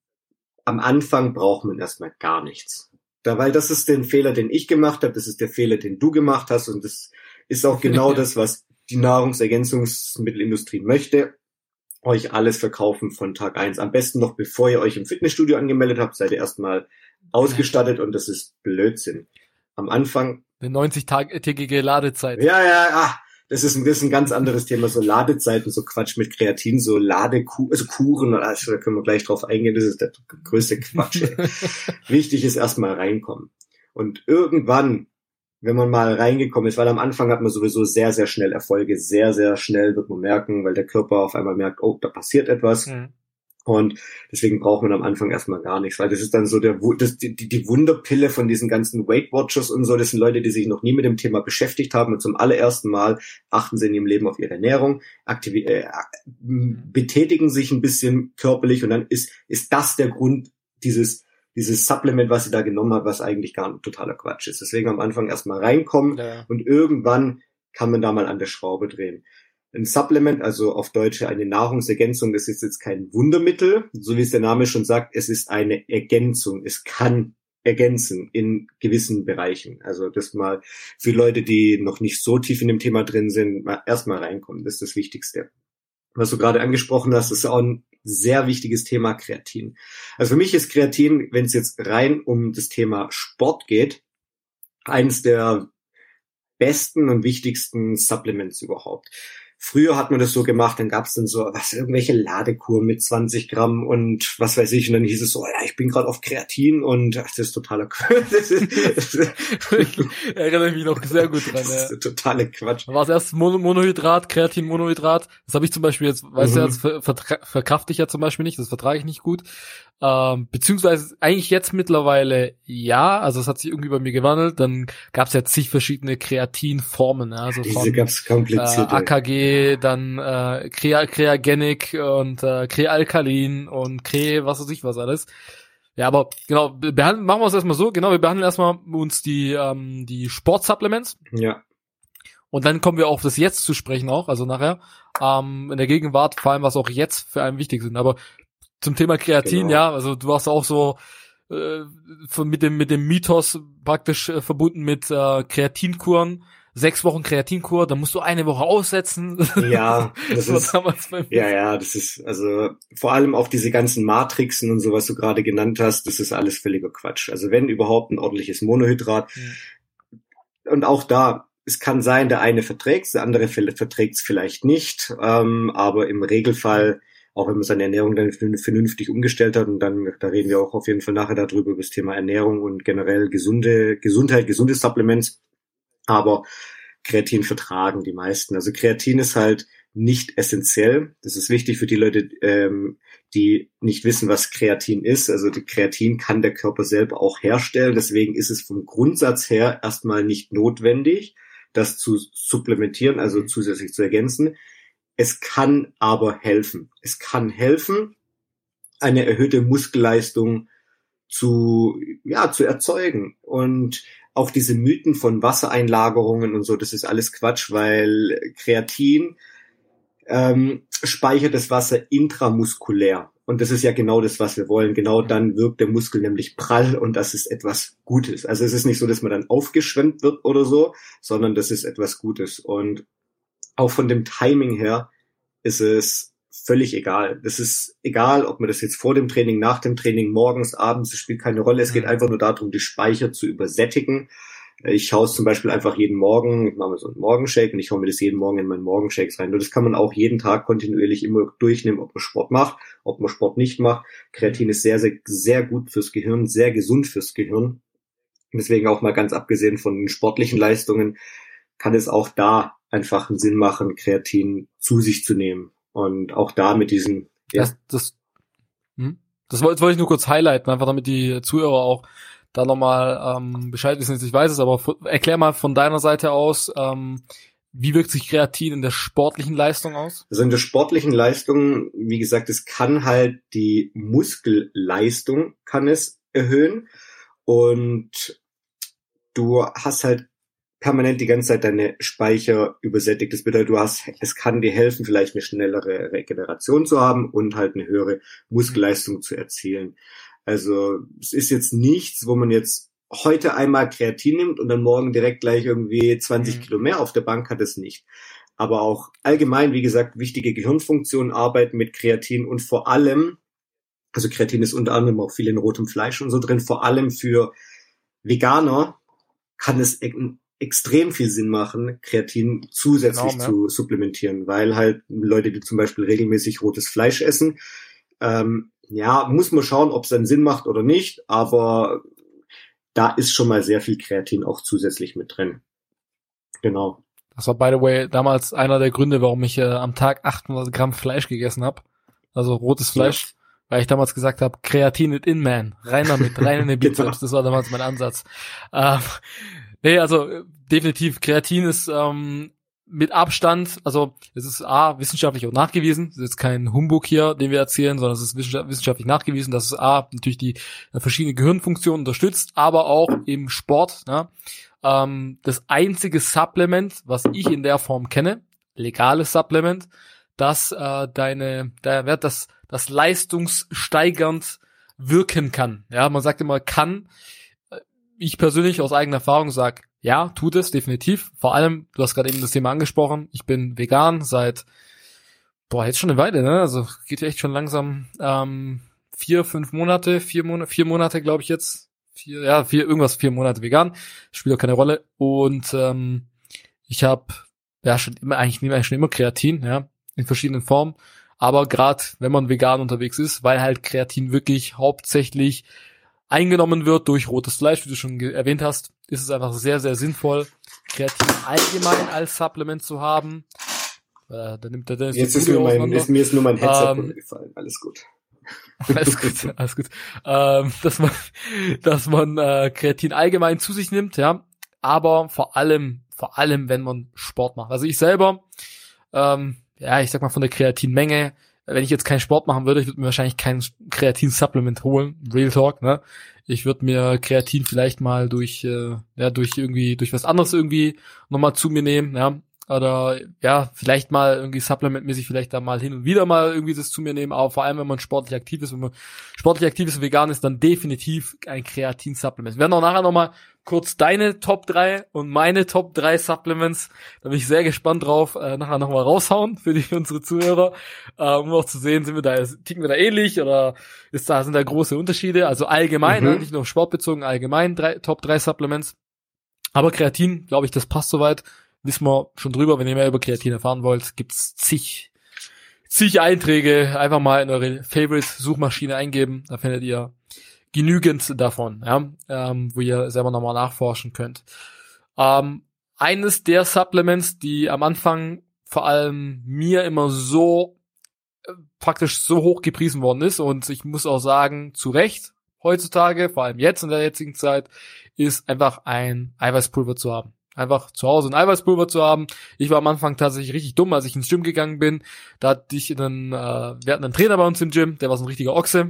Am Anfang braucht man erstmal gar nichts. Da, weil das ist der Fehler, den ich gemacht habe, das ist der Fehler, den du gemacht hast und das ist auch genau das, was die Nahrungsergänzungsmittelindustrie möchte. Euch alles verkaufen von Tag eins. Am besten noch, bevor ihr euch im Fitnessstudio angemeldet habt, seid ihr erstmal ausgestattet und das ist Blödsinn. Am Anfang eine neunzig-tägige Ladezeit. Ja, ja, ah, das ist ein, das ist ein ganz anderes Thema, so Ladezeiten, so Quatsch mit Kreatin, so Ladeku, also Kuren, also da können wir gleich drauf eingehen, das ist der größte Quatsch. Ey. Wichtig ist erstmal reinkommen. Und irgendwann, wenn man mal reingekommen ist, weil am Anfang hat man sowieso sehr, sehr schnell Erfolge, sehr, sehr schnell wird man merken, weil der Körper auf einmal merkt, oh, da passiert etwas. Mhm. Und deswegen braucht man am Anfang erstmal gar nichts, weil das ist dann so der das, die, die Wunderpille von diesen ganzen Weight Watchers und so. Das sind Leute, die sich noch nie mit dem Thema beschäftigt haben und zum allerersten Mal achten sie in ihrem Leben auf ihre Ernährung, aktivi- äh, betätigen sich ein bisschen körperlich und dann ist ist das der Grund, dieses dieses Supplement, was sie da genommen hat, was eigentlich gar ein totaler Quatsch ist. Deswegen am Anfang erstmal reinkommen ja. Und irgendwann kann man da mal an der Schraube drehen. Ein Supplement, also auf Deutsch eine Nahrungsergänzung, das ist jetzt kein Wundermittel, so wie es der Name schon sagt, es ist eine Ergänzung. Es kann ergänzen in gewissen Bereichen. Also das mal für Leute, die noch nicht so tief in dem Thema drin sind, mal erstmal reinkommen. Das ist das Wichtigste. Was du gerade angesprochen hast, ist auch ein sehr wichtiges Thema, Kreatin. Also für mich ist Kreatin, wenn es jetzt rein um das Thema Sport geht, eines der besten und wichtigsten Supplements überhaupt. Früher hat man das so gemacht, dann gab es dann so was irgendwelche Ladekuren mit zwanzig Gramm und was weiß ich, und dann hieß es so, ja, ich bin gerade auf Kreatin und ach, das ist totaler Quatsch. Erinnere mich noch sehr gut dran. Das ist totale Quatsch. Da war es erst Mon- Monohydrat, Kreatin, Monohydrat. Das habe ich zum Beispiel jetzt, weißt mhm. du, das ver- ver- verkrafte ich ja zum Beispiel nicht, das vertrage ich nicht gut. Ähm, beziehungsweise eigentlich jetzt mittlerweile ja, also es hat sich irgendwie bei mir gewandelt, dann gab es ja zig verschiedene Kreatinformen, also Diese von gab's kompliziert, äh, A K G, dann äh, Crea- Creagenic und äh, Crealkalin und Cre, was weiß ich was alles. Ja, aber genau, behandeln, machen wir es erstmal so, genau, wir behandeln erstmal uns die ähm, die Sportsupplements. Ja. Und dann kommen wir auf das Jetzt zu sprechen auch, also nachher, ähm, in der Gegenwart, vor allem was auch jetzt für einen wichtig sind, aber zum Thema Kreatin, genau. Ja, also du warst auch so äh, von, mit dem mit dem Mythos praktisch äh, verbunden mit äh, Kreatinkuren, sechs Wochen Kreatinkur, dann musst du eine Woche aussetzen. Ja, das, das ist damals bei mir. Ja, ja, das ist also vor allem auch diese ganzen Matrixen und so, was du gerade genannt hast, das ist alles völliger Quatsch. Also wenn überhaupt ein ordentliches Monohydrat mhm. und auch da, es kann sein, der eine verträgt, der andere verträgt es vielleicht nicht, ähm, aber im Regelfall auch wenn man seine Ernährung dann vernünftig umgestellt hat und dann, da reden wir auch auf jeden Fall nachher darüber, über das Thema Ernährung und generell gesunde Gesundheit, gesunde Supplements, aber Kreatin vertragen die meisten. Also Kreatin ist halt nicht essentiell. Das ist wichtig für die Leute, ähm, die nicht wissen, was Kreatin ist. Also die Kreatin kann der Körper selber auch herstellen. Deswegen ist es vom Grundsatz her erstmal nicht notwendig, das zu supplementieren, also zusätzlich zu ergänzen. Es kann aber helfen. Es kann helfen, eine erhöhte Muskelleistung zu, ja, zu erzeugen. Und auch diese Mythen von Wassereinlagerungen und so, das ist alles Quatsch, weil Kreatin ähm, speichert das Wasser intramuskulär. Und das ist ja genau das, was wir wollen. Genau dann wirkt der Muskel nämlich prall und das ist etwas Gutes. Also es ist nicht so, dass man dann aufgeschwemmt wird oder so, sondern das ist etwas Gutes. Und auch von dem Timing her ist es völlig egal. Das ist egal, ob man das jetzt vor dem Training, nach dem Training, morgens, abends, es spielt keine Rolle. Es geht einfach nur darum, die Speicher zu übersättigen. Ich schaue es zum Beispiel einfach jeden Morgen, ich mache mir so einen Morgenshake und ich hau mir das jeden Morgen in meinen Morgenshakes rein. Und das kann man auch jeden Tag kontinuierlich immer durchnehmen, ob man Sport macht, ob man Sport nicht macht. Kreatin ist sehr, sehr, sehr gut fürs Gehirn, sehr gesund fürs Gehirn. Und deswegen auch mal ganz abgesehen von den sportlichen Leistungen, kann es auch da einfach einen Sinn machen, Kreatin zu sich zu nehmen. Und auch da mit diesen... Ja. Das, das, hm? das wollte, wollte ich nur kurz highlighten, einfach damit die Zuhörer auch da nochmal ähm, Bescheid wissen. Ich weiß es, aber f- erklär mal von deiner Seite aus, ähm, wie wirkt sich Kreatin in der sportlichen Leistung aus? Also in der sportlichen Leistung, wie gesagt, es kann halt die Muskelleistung kann es erhöhen und du hast halt permanent die ganze Zeit deine Speicher übersättigt. Das bedeutet, du hast, es kann dir helfen, vielleicht eine schnellere Regeneration zu haben und halt eine höhere Muskelleistung zu erzielen. Also es ist jetzt nichts, wo man jetzt heute einmal Kreatin nimmt und dann morgen direkt gleich irgendwie zwanzig mhm. Kilo mehr auf der Bank hat, es nicht. Aber auch allgemein, wie gesagt, wichtige Gehirnfunktionen arbeiten mit Kreatin und vor allem, also Kreatin ist unter anderem auch viel in rotem Fleisch und so drin, vor allem für Veganer kann es e- extrem viel Sinn machen, Kreatin zusätzlich genau, zu ja. supplementieren, weil halt Leute, die zum Beispiel regelmäßig rotes Fleisch essen, ähm, ja, muss man schauen, ob es einen Sinn macht oder nicht, aber da ist schon mal sehr viel Kreatin auch zusätzlich mit drin. Genau. Das war, by the way, damals einer der Gründe, warum ich äh, am Tag achthundert Gramm Fleisch gegessen habe, also rotes Fleisch, ja. weil ich damals gesagt habe, Kreatin it in, man, rein damit, rein in den Bizeps, genau. Das war damals mein Ansatz. Ähm, nee, also definitiv, Kreatin ist ähm, mit Abstand, also es ist A, wissenschaftlich auch nachgewiesen, es ist jetzt kein Humbug hier, den wir erzählen, sondern es ist wissenschaftlich nachgewiesen, dass es A, natürlich die äh, verschiedenen Gehirnfunktionen unterstützt, aber auch im Sport, ne? ähm, das einzige Supplement, was ich in der Form kenne, legales Supplement, das äh, deine, der Wert, das, das leistungssteigernd wirken kann. Ja, man sagt immer kann. Ich persönlich aus eigener Erfahrung sage, ja, tut es, definitiv. Vor allem, du hast gerade eben das Thema angesprochen, ich bin vegan seit, boah, jetzt schon eine Weile, ne? Also geht ja echt schon langsam ähm, vier, fünf Monate, vier Monate, vier Monate, glaube ich jetzt. Vier, ja, vier, irgendwas, vier Monate vegan. Spielt auch keine Rolle. Und ähm, ich habe ja schon immer, eigentlich nehme ich schon immer Kreatin, ja, in verschiedenen Formen. Aber gerade wenn man vegan unterwegs ist, weil halt Kreatin wirklich hauptsächlich eingenommen wird durch rotes Fleisch, wie du schon ge- erwähnt hast, ist es einfach sehr, sehr sinnvoll, Kreatin allgemein als Supplement zu haben. Äh, da nimmt der Dennis Jetzt ist mir, mein, ist, mir ist nur mein Headset ähm, runtergefallen. Alles gut. Alles gut, alles gut. Ähm, dass man, dass man äh, Kreatin allgemein zu sich nimmt, ja. Aber vor allem, vor allem, wenn man Sport macht. Also ich selber, ähm, ja, ich sag mal von der Kreatinmenge, wenn ich jetzt keinen Sport machen würde, ich würde mir wahrscheinlich kein Kreatin-Supplement holen, Real Talk, ne? Ich würde mir Kreatin vielleicht mal durch, äh, ja, durch irgendwie, durch was anderes irgendwie nochmal zu mir nehmen, ja. Oder, ja, vielleicht mal irgendwie supplementmäßig vielleicht da mal hin und wieder mal irgendwie das zu mir nehmen, aber vor allem, wenn man sportlich aktiv ist, wenn man sportlich aktiv ist und vegan ist, dann definitiv ein Kreatin-Supplement. Wir werden auch nachher nochmal kurz deine Top drei und meine Top drei Supplements, da bin ich sehr gespannt drauf, äh, nachher nochmal raushauen für die, für unsere Zuhörer, äh, um auch zu sehen, sind wir da, ticken wir da ähnlich oder ist da, sind da große Unterschiede, also allgemein, mhm. ne, nicht nur sportbezogen, allgemein drei, Top drei Supplements, aber Kreatin, glaube ich, das passt soweit. Wissen wir schon drüber, wenn ihr mehr über Kreatin erfahren wollt, gibt's zig, zig Einträge, einfach mal in eure Favorite-Suchmaschine eingeben, da findet ihr genügend davon, ja, ähm, wo ihr selber nochmal nachforschen könnt. Ähm, eines der Supplements, die am Anfang vor allem mir immer so äh, praktisch so hoch gepriesen worden ist und ich muss auch sagen, zu Recht heutzutage, vor allem jetzt in der jetzigen Zeit, ist einfach ein Eiweißpulver zu haben. Einfach zu Hause ein Eiweißpulver zu haben. Ich war am Anfang tatsächlich richtig dumm, als ich ins Gym gegangen bin. Da hatte ich einen, äh, wir hatten einen Trainer bei uns im Gym, der war so ein richtiger Ochse.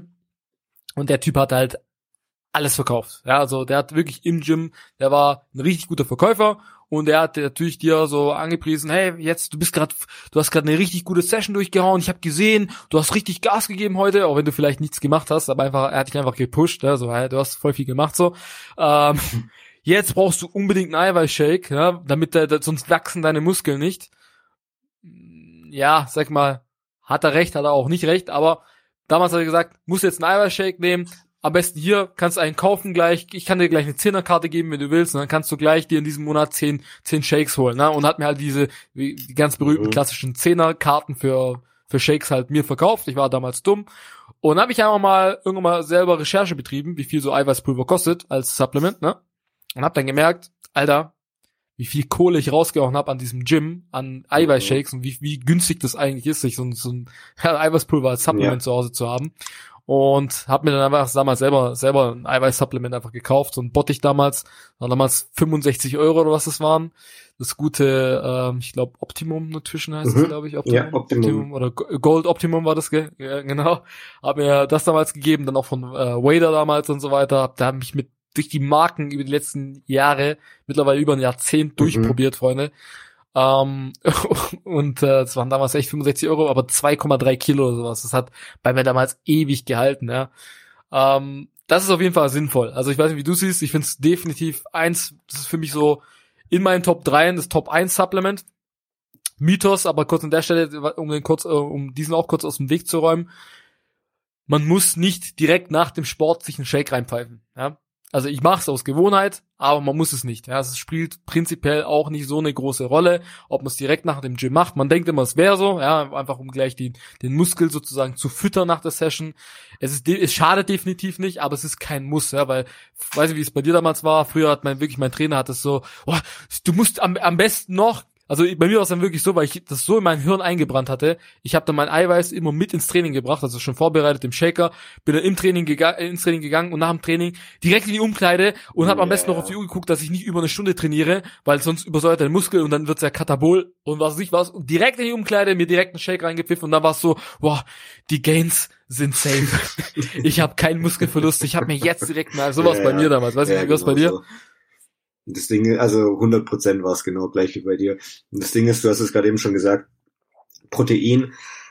Und der Typ hat halt alles verkauft. Ja, also der hat wirklich im Gym, der war ein richtig guter Verkäufer und der hat natürlich dir so angepriesen, hey, jetzt, du bist gerade, du hast gerade eine richtig gute Session durchgehauen, ich habe gesehen, du hast richtig Gas gegeben heute, auch wenn du vielleicht nichts gemacht hast, aber einfach, er hat dich einfach gepusht, ja, so, hey, du hast voll viel gemacht, so. Ähm, Jetzt brauchst du unbedingt einen Eiweißshake, ja, damit der, der, sonst wachsen deine Muskeln nicht. Ja, sag mal, Hat er recht, hat er auch nicht recht, aber damals hat er gesagt, musst jetzt einen Eiweißshake nehmen, am besten hier, kannst du einen kaufen gleich, ich kann dir gleich eine Zehnerkarte geben, wenn du willst, und dann kannst du gleich dir in diesem Monat zehn, zehn Shakes holen, ne, und hat mir halt diese, die ganz berühmten Mhm. klassischen Zehnerkarten für, für Shakes halt mir verkauft, ich war damals dumm, und dann habe ich einfach mal irgendwann mal selber Recherche betrieben, wie viel so Eiweißpulver kostet als Supplement, ne, und hab dann gemerkt, Alter, wie viel Kohle ich rausgehauen habe an diesem Gym, an Eiweißshakes und wie, wie günstig das eigentlich ist, sich so ein, so ein Eiweißpulver als Supplement ja. zu Hause zu haben. Und habe mir dann einfach damals selber selber ein Eiweißsupplement einfach gekauft, so ein Bottich damals, war damals fünfundsechzig Euro oder was das waren. Das gute, ähm, ich glaube Optimum Nutrition heißt Mhm. es, glaube ich, Optimum. Ja, Optimum. Optimum oder Gold Optimum war das, ge- ja, genau. Hab mir das damals gegeben, dann auch von äh, Wader damals und so weiter. Da habe ich mit durch die Marken über die letzten Jahre, mittlerweile über ein Jahrzehnt Mhm. durchprobiert, Freunde. Ähm, und äh, es waren damals echt fünfundsechzig Euro, aber zwei Komma drei Kilo oder sowas. Das hat bei mir damals ewig gehalten, ja. Ähm, das ist auf jeden Fall sinnvoll. Also ich weiß nicht, wie du siehst, ich finde es definitiv eins, das ist für mich so in meinen Top drei das Top eins Supplement. Mythos, aber kurz an der Stelle, um den kurz, um diesen auch kurz aus dem Weg zu räumen. Man muss nicht direkt nach dem Sport sich einen Shake reinpfeifen, ja. Also ich mache es aus Gewohnheit, aber man muss es nicht. Ja, es spielt prinzipiell auch nicht so eine große Rolle, ob man es direkt nach dem Gym macht. Man denkt immer, es wäre so, ja, einfach um gleich die, den Muskel sozusagen zu füttern nach der Session. Es ist, es schadet definitiv nicht, aber es ist kein Muss, ja, weil, weiß ich, wie es bei dir damals war. Früher hat mein wirklich mein Trainer hat es so, oh, du musst am, am besten noch. Also bei mir war es dann wirklich so, weil ich das so in mein Hirn eingebrannt hatte. Ich habe dann mein Eiweiß immer mit ins Training gebracht, also schon vorbereitet im Shaker, bin dann im Training gega- ins Training gegangen und nach dem Training direkt in die Umkleide und habe am besten noch auf die Uhr geguckt, dass ich nicht über eine Stunde trainiere, weil sonst übersäuert der Muskel und dann wird's ja Katabol und was weiß ich was. Und direkt in die Umkleide, mir direkt einen Shake reingepfiffen und dann war's so, boah, die Gains sind safe. Ich habe keinen Muskelverlust, ich habe mir jetzt direkt mal, sowas Ja, bei ja. mir damals, weiß ich Ja, nicht, wie war's genau bei dir? so. Und das Ding, also hundert Prozent war es genau gleich wie bei dir. Und das Ding ist, du hast es gerade eben schon gesagt, Protein,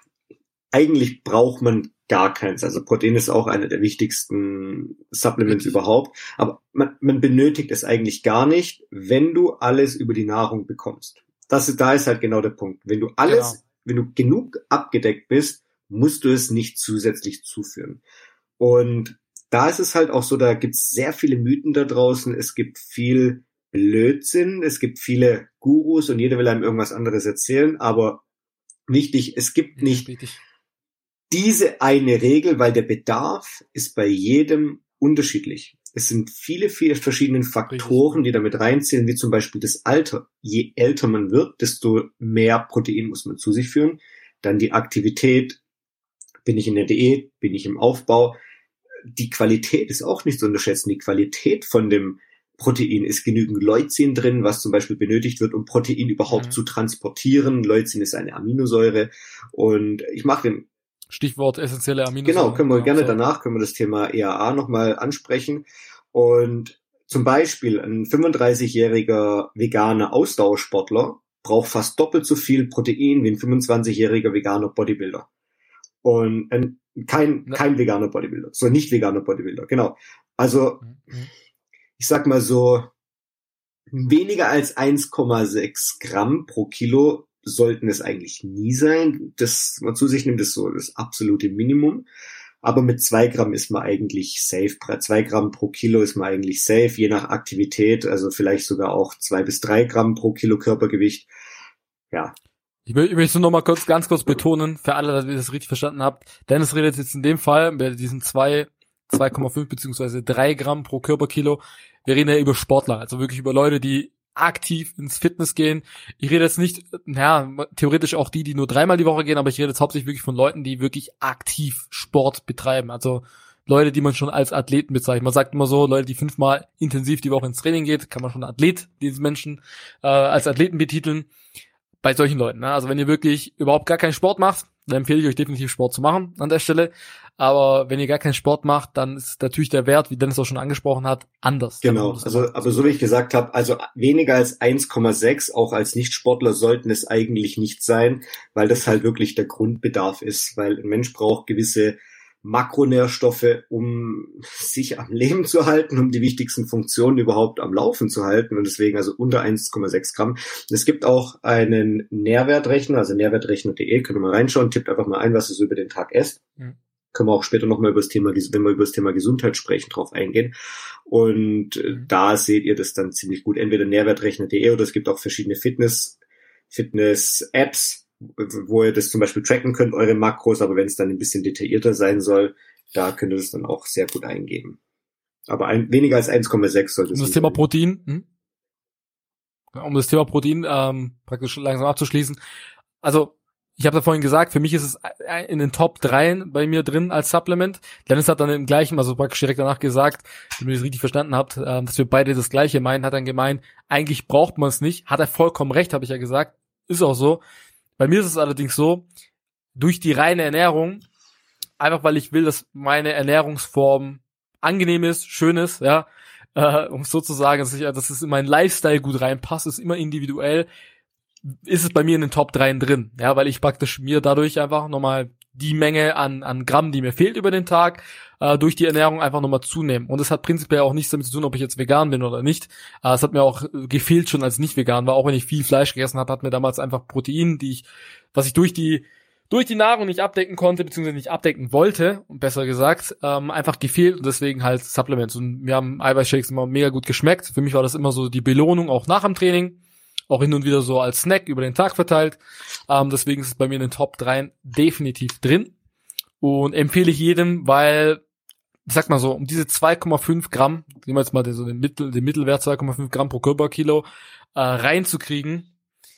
eigentlich braucht man gar keins. Also Protein ist auch einer der wichtigsten Supplements Richtig. überhaupt. Aber man, man benötigt es eigentlich gar nicht, wenn du alles über die Nahrung bekommst. Das ist, da ist halt genau der Punkt. Wenn du alles, Genau. wenn du genug abgedeckt bist, musst du es nicht zusätzlich zuführen. Und da ist es halt auch so, da gibt's sehr viele Mythen da draußen. Es gibt viel Blödsinn. Es gibt viele Gurus und jeder will einem irgendwas anderes erzählen. Aber wichtig, es gibt nicht Richtig. diese eine Regel, weil der Bedarf ist bei jedem unterschiedlich. Es sind viele, viele verschiedene Faktoren, die damit reinzählen, wie zum Beispiel das Alter. Je älter man wird, desto mehr Protein muss man zu sich führen. Dann die Aktivität. Bin ich in der Diät? Bin ich im Aufbau? Die Qualität ist auch nicht zu unterschätzen. Die Qualität von dem Protein ist genügend Leucin drin, was zum Beispiel benötigt wird, um Protein überhaupt Mhm. zu transportieren. Leucin ist eine Aminosäure. Und ich mache den Stichwort essentielle Aminosäuren. Genau, können wir Ja, gerne sorry. danach, können wir das Thema E A A nochmal ansprechen. Und zum Beispiel ein fünfunddreißigjähriger veganer Ausdauersportler braucht fast doppelt so viel Protein wie ein fünfundzwanzigjähriger veganer Bodybuilder. Und ein, kein, Ne. kein veganer Bodybuilder, so nicht veganer Bodybuilder, genau. Also, Mhm. ich sag mal so, weniger als eins Komma sechs Gramm pro Kilo sollten es eigentlich nie sein. Das man zu sich nimmt, ist so das absolute Minimum. Aber mit zwei Gramm ist man eigentlich safe. Zwei Gramm pro Kilo ist man eigentlich safe, je nach Aktivität. Also vielleicht sogar auch zwei bis drei Gramm pro Kilo Körpergewicht. Ja. Ich, will, ich möchte nur noch mal kurz, ganz kurz betonen, für alle, dass ihr das richtig verstanden habt. Dennis redet jetzt in dem Fall bei diesen zwei, zwei Komma fünf beziehungsweise drei Gramm pro Körperkilo. Wir reden ja über Sportler, also wirklich über Leute, die aktiv ins Fitness gehen. Ich rede jetzt nicht, ja, theoretisch auch die, die nur dreimal die Woche gehen, aber ich rede jetzt hauptsächlich wirklich von Leuten, die wirklich aktiv Sport betreiben. Also Leute, die man schon als Athleten bezeichnet. Man sagt immer so, Leute, die fünfmal intensiv die Woche ins Training geht, kann man schon Athlet, diese Menschen äh, als Athleten betiteln. Bei solchen Leuten, ne? Also wenn ihr wirklich überhaupt gar keinen Sport macht, dann empfehle ich euch definitiv Sport zu machen an der Stelle. Aber wenn ihr gar keinen Sport macht, dann ist natürlich der Wert, wie Dennis auch schon angesprochen hat, anders. Genau, also aber so wie ich gesagt habe, also weniger als eins Komma sechs, auch als Nichtsportler sollten es eigentlich nicht sein, weil das halt wirklich der Grundbedarf ist, weil ein Mensch braucht gewisse Makronährstoffe, um sich am Leben zu halten, um die wichtigsten Funktionen überhaupt am Laufen zu halten und deswegen also unter eins Komma sechs Gramm. Es gibt auch einen Nährwertrechner, also nährwertrechner punkt de, könnt ihr mal reinschauen, tippt einfach mal ein, was ihr so über den Tag esst. Mhm. Können wir auch später nochmal über das Thema, wenn wir über das Thema Gesundheit sprechen, drauf eingehen. Und mhm. da seht ihr das dann ziemlich gut. Entweder nährwertrechner punkt de oder es gibt auch verschiedene Fitness, Fitness-Apps, wo ihr das zum Beispiel tracken könnt, eure Makros, aber wenn es dann ein bisschen detaillierter sein soll, da könnt ihr das dann auch sehr gut eingeben. Aber ein, weniger als eins Komma sechs sollte es sein. Um das sein. Thema Protein, hm? um das Thema Protein ähm, praktisch langsam abzuschließen. Also, ich habe da vorhin gesagt, für mich ist es in den Top drei bei mir drin als Supplement. Dennis hat dann im gleichen, also praktisch direkt danach gesagt, wenn ihr das richtig verstanden habt, ähm, dass wir beide das Gleiche meinen, hat dann gemeint, eigentlich braucht man es nicht. Hat er vollkommen recht, habe ich ja gesagt. Ist auch so. Bei mir ist es allerdings so, durch die reine Ernährung, einfach weil ich will, dass meine Ernährungsform angenehm ist, schön ist, ja, äh, um sozusagen, dass, ich, dass es in meinen Lifestyle gut reinpasst, ist immer individuell, ist es bei mir in den Top drei drin, ja, weil ich praktisch mir dadurch einfach nochmal die Menge an an Gramm, die mir fehlt über den Tag, äh, durch die Ernährung einfach nochmal zunehmen. Und es hat prinzipiell auch nichts damit zu tun, ob ich jetzt vegan bin oder nicht. Äh, es hat mir auch gefehlt schon, als ich nicht vegan war. Auch wenn ich viel Fleisch gegessen habe, hat mir damals einfach Protein, die ich, was ich durch die durch die Nahrung nicht abdecken konnte, beziehungsweise nicht abdecken wollte, besser gesagt, ähm, einfach gefehlt und deswegen halt Supplements. Und mir haben Eiweißshakes immer mega gut geschmeckt. Für mich war das immer so die Belohnung, auch nach dem Training. Auch hin und wieder so als Snack über den Tag verteilt. Ähm, deswegen ist es bei mir in den Top drei definitiv drin. Und empfehle ich jedem, weil, ich sag mal so, um diese zwei Komma fünf Gramm, nehmen wir jetzt mal den, so den, Mittel, den Mittelwert zwei Komma fünf Gramm pro Körperkilo, äh, reinzukriegen,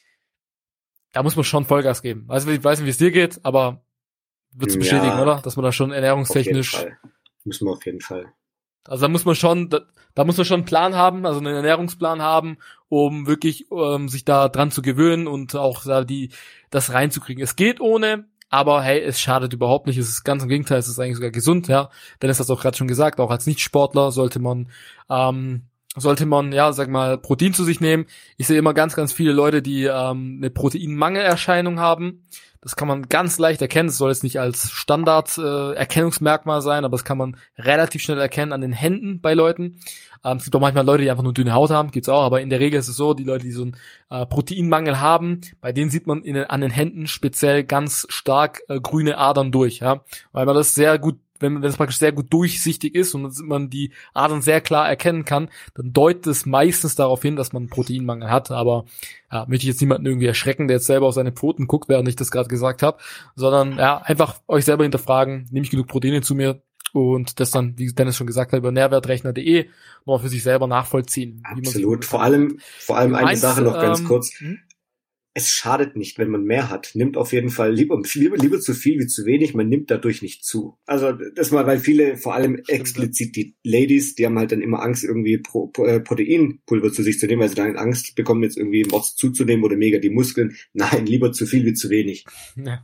da muss man schon Vollgas geben. Also ich weiß nicht, wie es dir geht, aber würdest du bestätigen, ja, oder? Dass man da schon ernährungstechnisch... Auf jeden Fall. Müssen wir auf jeden Fall. Also da muss man schon, da, da muss man schon einen Plan haben, also einen Ernährungsplan haben, um wirklich ähm, sich da dran zu gewöhnen und auch da die das reinzukriegen. Es geht ohne, aber hey, es schadet überhaupt nicht. Es ist ganz im Gegenteil, es ist eigentlich sogar gesund, ja. Dennis hat es auch gerade schon gesagt, auch als Nichtsportler sollte man ähm, sollte man, ja, sag mal, Protein zu sich nehmen. Ich sehe immer ganz, ganz viele Leute, die ähm, eine Proteinmangelerscheinung haben. Das kann man ganz leicht erkennen. Es soll jetzt nicht als Standard-Erkennungsmerkmal äh, sein, aber das kann man relativ schnell erkennen an den Händen bei Leuten. Ähm, es gibt auch manchmal Leute, die einfach nur dünne Haut haben, gibt's auch, aber in der Regel ist es so, die Leute, die so einen äh, Proteinmangel haben, bei denen sieht man in den, an den Händen speziell ganz stark äh, grüne Adern durch, ja, weil man das sehr gut, wenn, wenn es praktisch sehr gut durchsichtig ist und man die Adern sehr klar erkennen kann, dann deutet es meistens darauf hin, dass man einen Proteinmangel hat, aber ja, möchte ich jetzt niemanden irgendwie erschrecken, der jetzt selber auf seine Pfoten guckt, während ich das gerade gesagt habe, sondern ja, einfach euch selber hinterfragen, nehme ich genug Proteine zu mir und das dann, wie Dennis schon gesagt hat, über nährwertrechner punkt de mal für sich selber nachvollziehen. Absolut, vor allem vor allem eine eins, Sache noch ganz ähm, kurz. Hm? Es schadet nicht, wenn man mehr hat. Nimmt auf jeden Fall lieber, lieber, lieber zu viel wie zu wenig. Man nimmt dadurch nicht zu. Also das mal, weil viele, vor allem explizit die Ladies, die haben halt dann immer Angst, irgendwie Pro, Pro, äh, Proteinpulver zu sich zu nehmen, weil sie dann Angst bekommen, jetzt irgendwie Mords zuzunehmen oder mega die Muskeln. Nein, lieber zu viel wie zu wenig. Ja.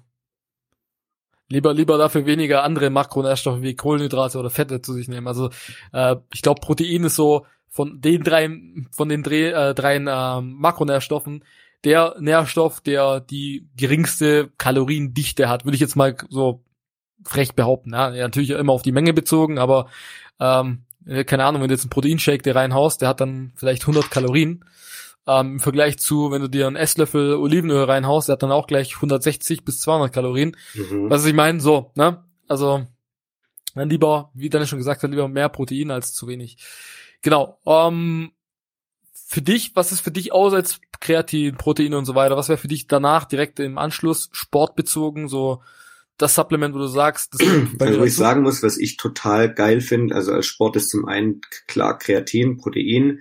Lieber, lieber dafür weniger andere Makronährstoffe wie Kohlenhydrate oder Fette zu sich nehmen. Also äh, ich glaube, Protein ist so von den drei, von den drei, äh, drei äh, Makronährstoffen der Nährstoff, der die geringste Kaloriendichte hat, würde ich jetzt mal so frech behaupten. Ja, natürlich immer auf die Menge bezogen, aber ähm, keine Ahnung, wenn du jetzt einen Proteinshake dir reinhaust, der hat dann vielleicht hundert Kalorien. Ähm, im Vergleich zu, wenn du dir einen Esslöffel Olivenöl reinhaust, der hat dann auch gleich hundertsechzig bis zweihundert Kalorien. Mhm. Was ich meine, so, ne? Also dann lieber, wie Dennis schon gesagt hat, lieber mehr Protein als zu wenig. Genau. Ähm, für dich, was ist für dich außer jetzt Kreatin, Proteine und so weiter, was wäre für dich danach direkt im Anschluss sportbezogen, so das Supplement, wo du sagst, das also wo ich sagen muss, was ich total geil finde, also als Sport ist zum einen klar Kreatin, Protein,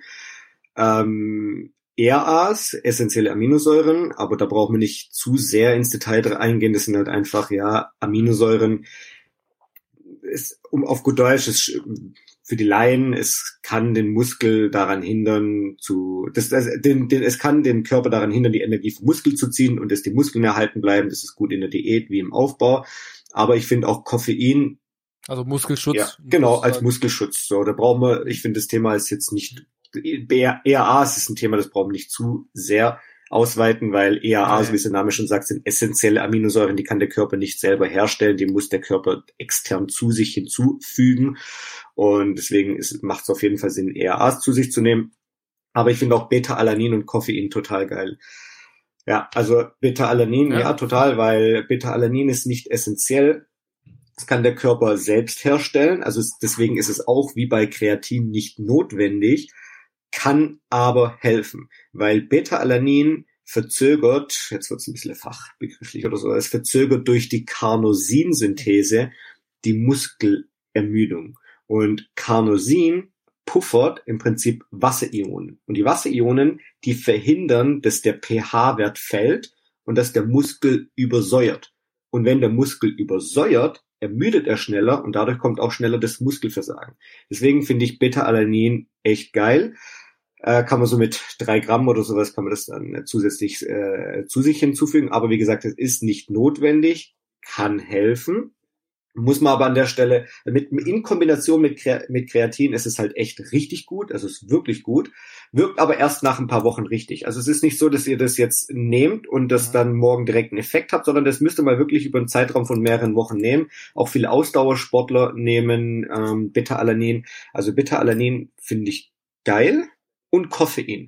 ähm, R As, essentielle Aminosäuren, aber da braucht man nicht zu sehr ins Detail eingehen, das sind halt einfach, ja, Aminosäuren, ist, um auf gut Deutsch, ist für die Laien, es kann den Muskel daran hindern, zu, das, das, den, den, es kann den Körper daran hindern, die Energie vom Muskel zu ziehen und dass die Muskeln erhalten bleiben. Das ist gut in der Diät wie im Aufbau. Aber ich finde auch Koffein. Also Muskelschutz. Ja, genau, als Muskelschutz. So, da brauchen wir, ich finde das Thema ist jetzt nicht, R A ist ein Thema, das brauchen wir nicht zu sehr ausweiten, weil E A A, Okay. so wie es der Name schon sagt, sind essentielle Aminosäuren, die kann der Körper nicht selber herstellen, die muss der Körper extern zu sich hinzufügen und deswegen macht es auf jeden Fall Sinn, E A As zu sich zu nehmen. Aber ich finde auch Beta-Alanin und Koffein total geil. Ja, also Beta-Alanin, ja. ja, total, weil Beta-Alanin ist nicht essentiell. Das kann der Körper selbst herstellen. Also es, deswegen ist es auch wie bei Kreatin nicht notwendig, kann aber helfen, weil Beta-Alanin verzögert, jetzt wird es ein bisschen fachbegrifflich oder so, es verzögert durch die Carnosin-Synthese die Muskelermüdung. Und Carnosin puffert im Prinzip Wasserionen. Und die Wasserionen, die verhindern, dass der pH-Wert fällt und dass der Muskel übersäuert. Und wenn der Muskel übersäuert, ermüdet er schneller und dadurch kommt auch schneller das Muskelversagen. Deswegen finde ich Beta-Alanin echt geil. Äh, kann man so mit drei Gramm oder sowas, kann man das dann zusätzlich äh, zu sich hinzufügen. Aber wie gesagt, es ist nicht notwendig, kann helfen. Muss man aber an der Stelle, mit, in Kombination mit, Kre- mit Kreatin ist es halt echt richtig gut, also es ist wirklich gut, wirkt aber erst nach ein paar Wochen richtig. Also es ist nicht so, dass ihr das jetzt nehmt und das dann morgen direkt einen Effekt habt, sondern das müsst ihr mal wirklich über einen Zeitraum von mehreren Wochen nehmen. Auch viele Ausdauersportler nehmen ähm, Beta-Alanin. Also Beta-Alanin finde ich geil und Koffein.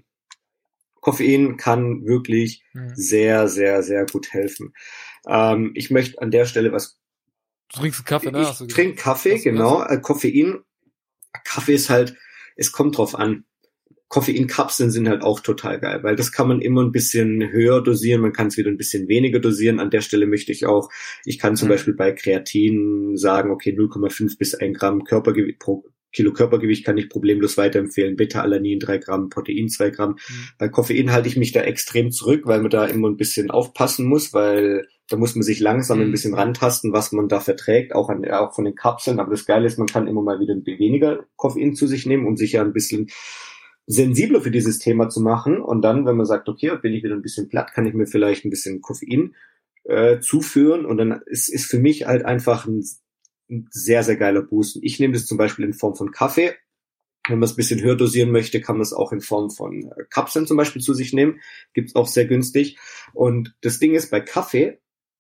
Koffein kann wirklich mhm. sehr, sehr, sehr gut helfen. Ähm, ich möchte an der Stelle was Du trinkst einen Kaffee, ne? Ich Hast trinke Kaffee, genau. Äh, Koffein. Kaffee ist halt, es kommt drauf an. Koffeinkapseln sind halt auch total geil, weil das kann man immer ein bisschen höher dosieren, man kann es wieder ein bisschen weniger dosieren. An der Stelle möchte ich auch, ich kann zum mhm. Beispiel bei Kreatin sagen, okay, null Komma fünf bis ein Gramm Körpergewicht pro Kilo Körpergewicht kann ich problemlos weiterempfehlen. Beta-Alanin drei Gramm, Protein zwei Gramm. Mhm. Bei Koffein halte ich mich da extrem zurück, weil man da immer ein bisschen aufpassen muss, weil da muss man sich langsam ein bisschen rantasten, was man da verträgt, auch an, auch von den Kapseln. Aber das Geile ist, man kann immer mal wieder weniger Koffein zu sich nehmen, um sich ja ein bisschen sensibler für dieses Thema zu machen. Und dann, wenn man sagt, okay, bin ich wieder ein bisschen platt, kann ich mir vielleicht ein bisschen Koffein äh, zuführen. Und dann ist, ist für mich halt einfach ein, ein sehr, sehr geiler Boost. Ich nehme das zum Beispiel in Form von Kaffee. Wenn man es ein bisschen höher dosieren möchte, kann man es auch in Form von Kapseln zum Beispiel zu sich nehmen. Gibt's auch sehr günstig. Und das Ding ist, bei Kaffee,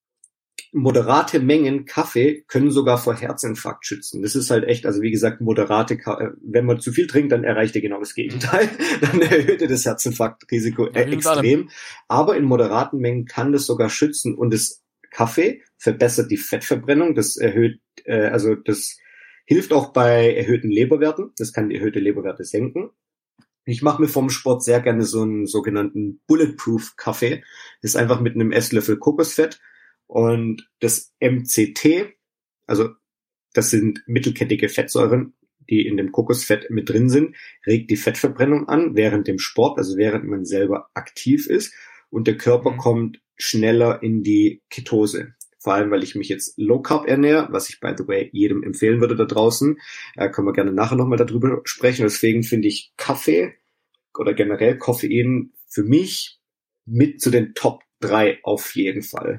moderate Mengen Kaffee können sogar vor Herzinfarkt schützen. Das ist halt echt, also wie gesagt, moderate, wenn man zu viel trinkt, dann erreicht er genau das Gegenteil. Dann erhöht er das Herzinfarktrisiko ja, extrem. Aber in moderaten Mengen kann das sogar schützen. Und das Kaffee verbessert die Fettverbrennung. Das erhöht, äh, also das hilft auch bei erhöhten Leberwerten. Das kann die erhöhte Leberwerte senken. Ich mache mir vom Sport sehr gerne so einen sogenannten Bulletproof-Kaffee. Das ist einfach mit einem Esslöffel Kokosfett. Und das M C T, also das sind mittelkettige Fettsäuren, die in dem Kokosfett mit drin sind, regt die Fettverbrennung an während dem Sport, also während man selber aktiv ist. Und der Körper mhm. kommt schneller in die Ketose. Vor allem, weil ich mich jetzt Low Carb ernähre, was ich, by the way, jedem empfehlen würde da draußen. Äh, können wir gerne nachher nochmal darüber sprechen. Deswegen finde ich Kaffee oder generell Koffein für mich mit zu den Top drei auf jeden Fall.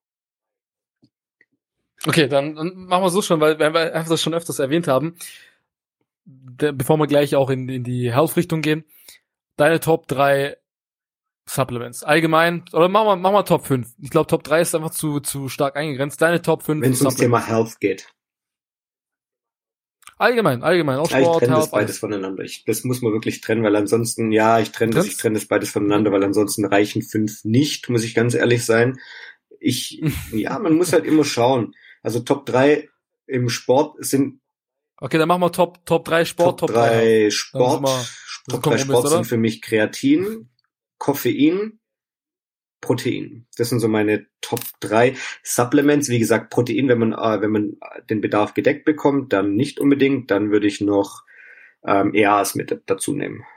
Okay, dann, dann machen wir so schon, weil wir einfach das schon öfters erwähnt haben, de, bevor wir gleich auch in, in die Health-Richtung gehen, deine Top drei Supplements. Allgemein, oder machen wir, machen wir Top fünf. Ich glaube, Top drei ist einfach zu, zu stark eingegrenzt. Deine Top fünf Wenn es ums Thema Health geht. Allgemein, allgemein, auch Sport, ja, ich trenne Health, das beides voneinander. Ich, das muss man wirklich trennen, weil ansonsten, ja, ich trenne das, ich trenne das beides voneinander, weil ansonsten reichen fünf nicht, muss ich ganz ehrlich sein. Ich, ja, man muss halt immer schauen. Also Top drei im Sport sind. Okay, dann machen wir Top, Top drei Sport, Top drei Sport. Top drei Sport sind für mich Kreatin, Koffein, Protein. Das sind so meine Top drei Supplements. Wie gesagt, Protein, wenn man, äh, wenn man den Bedarf gedeckt bekommt, dann nicht unbedingt. Dann würde ich noch ähm, E A As mit dazu nehmen.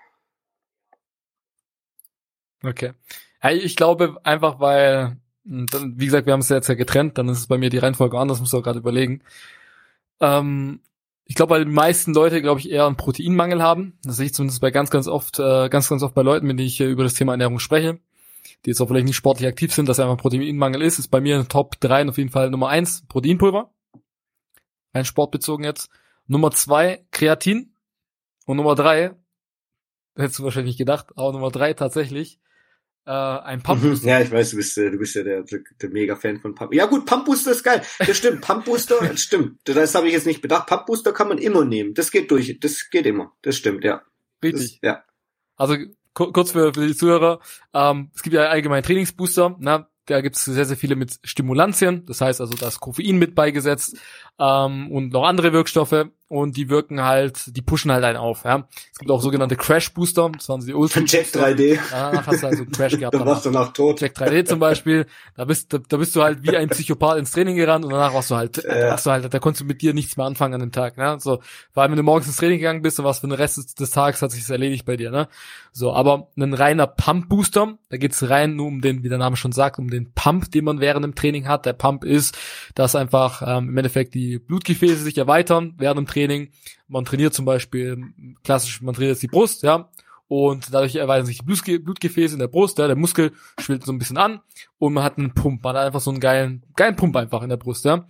Okay. Ja, ich glaube einfach, weil Dann, wie gesagt, wir haben es jetzt ja getrennt, dann ist es bei mir die Reihenfolge anders, muss ich auch gerade überlegen. Ähm, ich glaube, weil die meisten Leute, glaube ich, eher einen Proteinmangel haben. Das sehe ich zumindest bei ganz, ganz oft, äh, ganz, ganz oft bei Leuten, mit denen ich äh, über das Thema Ernährung spreche, die jetzt auch vielleicht nicht sportlich aktiv sind, dass einfach ein Proteinmangel ist. Ist bei mir in Top drei auf jeden Fall Nummer eins Proteinpulver. Ein sportbezogen jetzt. Nummer zwei Kreatin. Und Nummer drei, hättest du wahrscheinlich nicht gedacht, aber Nummer drei tatsächlich äh, ein Pump Booster. Ja, ich weiß, du bist, du bist ja der, der, der Mega-Fan von Pump. Ja gut, Pump Booster ist geil. Das stimmt, Pump Booster, das stimmt. Das habe ich jetzt nicht bedacht. Pump Booster kann man immer nehmen. Das geht durch. Das geht immer. Das stimmt, ja. Richtig. Das, ja. Also ku- kurz für, für die Zuhörer, ähm, es gibt ja allgemein Trainingsbooster, ne? Da gibt es sehr, sehr viele mit Stimulantien, das heißt also, da ist Koffein mit beigesetzt ähm, und noch andere Wirkstoffe und die wirken halt, die pushen halt einen auf. Ja. Es gibt auch sogenannte Crash-Booster, das waren so die Ultra. Jack drei D. Danach hast du also einen Crash gehabt. Da warst du nach tot. Jack drei D zum Beispiel, da bist, da, da bist du halt wie ein Psychopath ins Training gerannt und danach warst du halt, ja. warst du halt, da konntest du mit dir nichts mehr anfangen an dem Tag. Ne? So, vor allem wenn du morgens ins Training gegangen bist und was für den Rest des, des Tages hat sich's erledigt bei dir. Ne? So, aber ein reiner Pump-Booster, da geht's rein nur um den, wie der Name schon sagt, um den Pump, den man während dem Training hat. Der Pump ist, dass einfach ähm, im Endeffekt die Blutgefäße sich erweitern während dem Training. Man trainiert zum Beispiel, klassisch, man trainiert jetzt die Brust, ja, und dadurch erweitern sich die Blutge- Blutgefäße in der Brust, ja, der Muskel schwillt so ein bisschen an und man hat einen Pump, man hat einfach so einen geilen, geilen Pump einfach in der Brust, ja.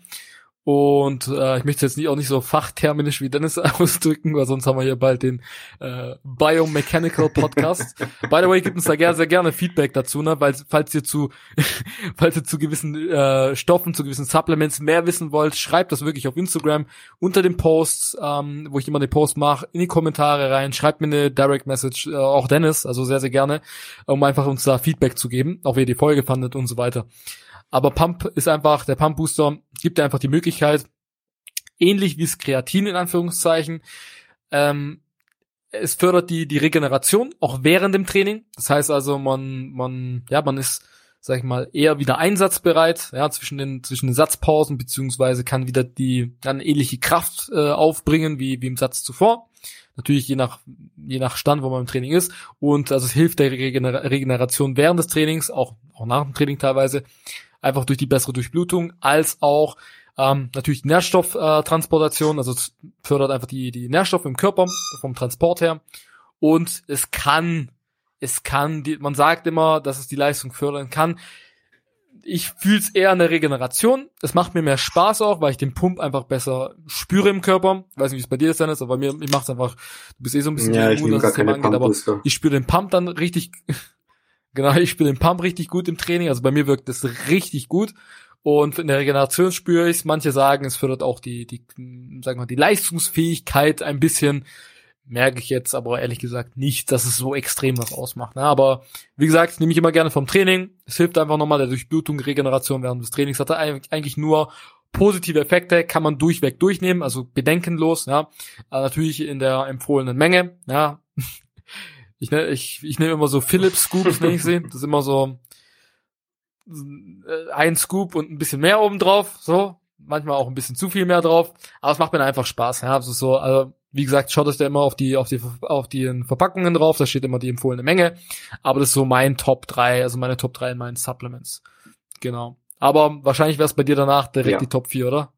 Und äh, ich möchte jetzt nicht, auch nicht so fachterminisch wie Dennis ausdrücken, weil sonst haben wir hier bald den äh, Biomechanical Podcast. By the way, gibt uns da gerne, sehr gerne Feedback dazu, ne, weil falls ihr zu falls ihr zu gewissen äh, Stoffen, zu gewissen Supplements mehr wissen wollt, schreibt das wirklich auf Instagram unter den Posts, ähm, wo ich immer den Post mache, in die Kommentare rein, schreibt mir eine Direct Message, äh, auch Dennis, also sehr, sehr gerne, um einfach uns da Feedback zu geben, auch wie ihr die Folge fandet und so weiter. Aber Pump ist einfach, der Pump Booster gibt dir einfach die Möglichkeit, ähnlich wie das Kreatin in Anführungszeichen, ähm, es fördert die, die Regeneration, auch während dem Training. Das heißt also, man, man, ja, man ist, sag ich mal, eher wieder einsatzbereit, ja, zwischen den, zwischen den Satzpausen, beziehungsweise kann wieder die, dann ähnliche Kraft, äh, aufbringen, wie, wie im Satz zuvor. Natürlich je nach, je nach Stand, wo man im Training ist. Und also es hilft der Regener- Regeneration während des Trainings, auch, auch nach dem Training teilweise, einfach durch die bessere Durchblutung, als auch ähm, natürlich die Nährstofftransportation, also es fördert einfach die die Nährstoffe im Körper vom Transport her. Und es kann, es kann, die, man sagt immer, dass es die Leistung fördern kann. Ich fühle es eher an der Regeneration. Es macht mir mehr Spaß auch, weil ich den Pump einfach besser spüre im Körper. Ich weiß nicht, wie es bei dir ist, Dennis, aber bei mir, ich mach's einfach, du bist eh so ein bisschen ja, ich nehme gar keine angeht, aber ich spüre den Pump dann richtig. Genau, ich spüre den Pump richtig gut im Training, also bei mir wirkt das richtig gut und in der Regeneration spüre ich es. Manche sagen, es fördert auch die, die, sagen wir mal, die Leistungsfähigkeit ein bisschen, merke ich jetzt aber ehrlich gesagt nicht, dass es so extrem was ausmacht. Ne? Aber wie gesagt, nehme ich immer gerne vom Training. Es hilft einfach nochmal der Durchblutung, Regeneration während des Trainings. Hat eigentlich nur positive Effekte, kann man durchweg durchnehmen, also bedenkenlos. Ja, aber natürlich in der empfohlenen Menge. Ja. Ich, ne, ich, ich nehme immer so Philips Scoops, wenn ich sehe. Das ist immer so ein Scoop und ein bisschen mehr oben drauf. So, manchmal auch ein bisschen zu viel mehr drauf. Aber es macht mir einfach Spaß. Ja, also so, also wie gesagt, schaut euch da immer auf die, auf die, auf die Verpackungen drauf. Da steht immer die empfohlene Menge. Aber das ist so mein Top drei, also meine Top drei in meinen Supplements. Genau. Aber wahrscheinlich wäre es bei dir danach direkt ja. die Top vier, oder?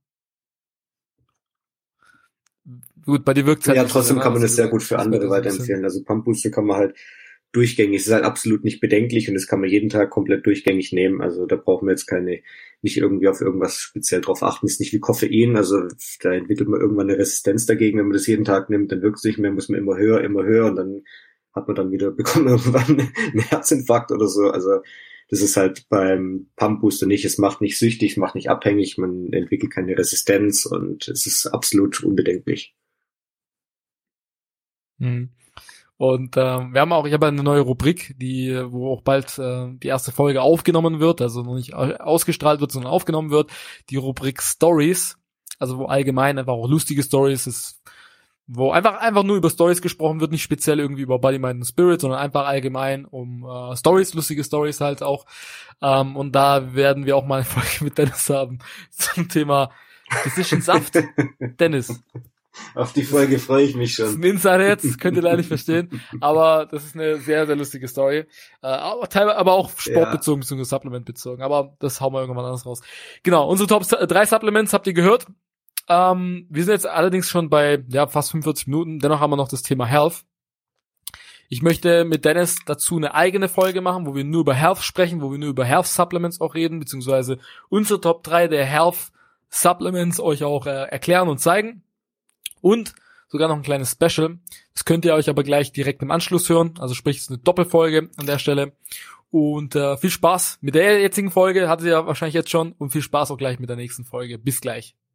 Gut, bei dir wirkt es halt. Ja, trotzdem so, kann man das sehr gut für andere weiterempfehlen. Also Pump Booster kann man halt durchgängig, es ist halt absolut nicht bedenklich und das kann man jeden Tag komplett durchgängig nehmen. Also da brauchen wir jetzt keine, nicht irgendwie auf irgendwas speziell drauf achten. Ist nicht wie Koffein, also da entwickelt man irgendwann eine Resistenz dagegen. Wenn man das jeden Tag nimmt, dann wirkt es nicht mehr, muss man immer höher, immer höher und dann hat man dann wieder, bekommt man irgendwann einen Herzinfarkt oder so. Also das ist halt beim Pump Booster nicht. Es macht nicht süchtig, es macht nicht abhängig, man entwickelt keine Resistenz und es ist absolut unbedenklich. Und äh, wir haben auch, ich habe eine neue Rubrik, die, wo auch bald äh, die erste Folge aufgenommen wird, also noch nicht ausgestrahlt wird, sondern aufgenommen wird, die Rubrik Stories, also wo allgemein einfach auch lustige Stories ist, wo einfach einfach nur über Stories gesprochen wird, nicht speziell irgendwie über Body, Mind und Spirit, sondern einfach allgemein um äh, Stories, lustige Stories halt auch. Ähm, und da werden wir auch mal eine Folge mit Dennis haben zum Thema Decision Saft. Dennis. Auf die Folge freue ich mich schon. Das ist ein Insider jetzt, könnt ihr leider nicht verstehen, aber das ist eine sehr, sehr lustige Story. Äh, aber, teilweise, aber auch sportbezogen, ja. bzw. Supplement-bezogen, aber das hauen wir irgendwann anders raus. Genau, unsere Top drei Supplements habt ihr gehört. Ähm, wir sind jetzt allerdings schon bei ja fast fünfundvierzig Minuten, dennoch haben wir noch das Thema Health. Ich möchte mit Dennis dazu eine eigene Folge machen, wo wir nur über Health sprechen, wo wir nur über Health Supplements auch reden, beziehungsweise unsere Top drei der Health Supplements euch auch äh, erklären und zeigen. Und sogar noch ein kleines Special. Das könnt ihr euch aber gleich direkt im Anschluss hören. Also sprich, es ist eine Doppelfolge an der Stelle. Und äh, viel Spaß mit der jetzigen Folge, hatte sie ja wahrscheinlich jetzt schon, und viel Spaß auch gleich mit der nächsten Folge. Bis gleich.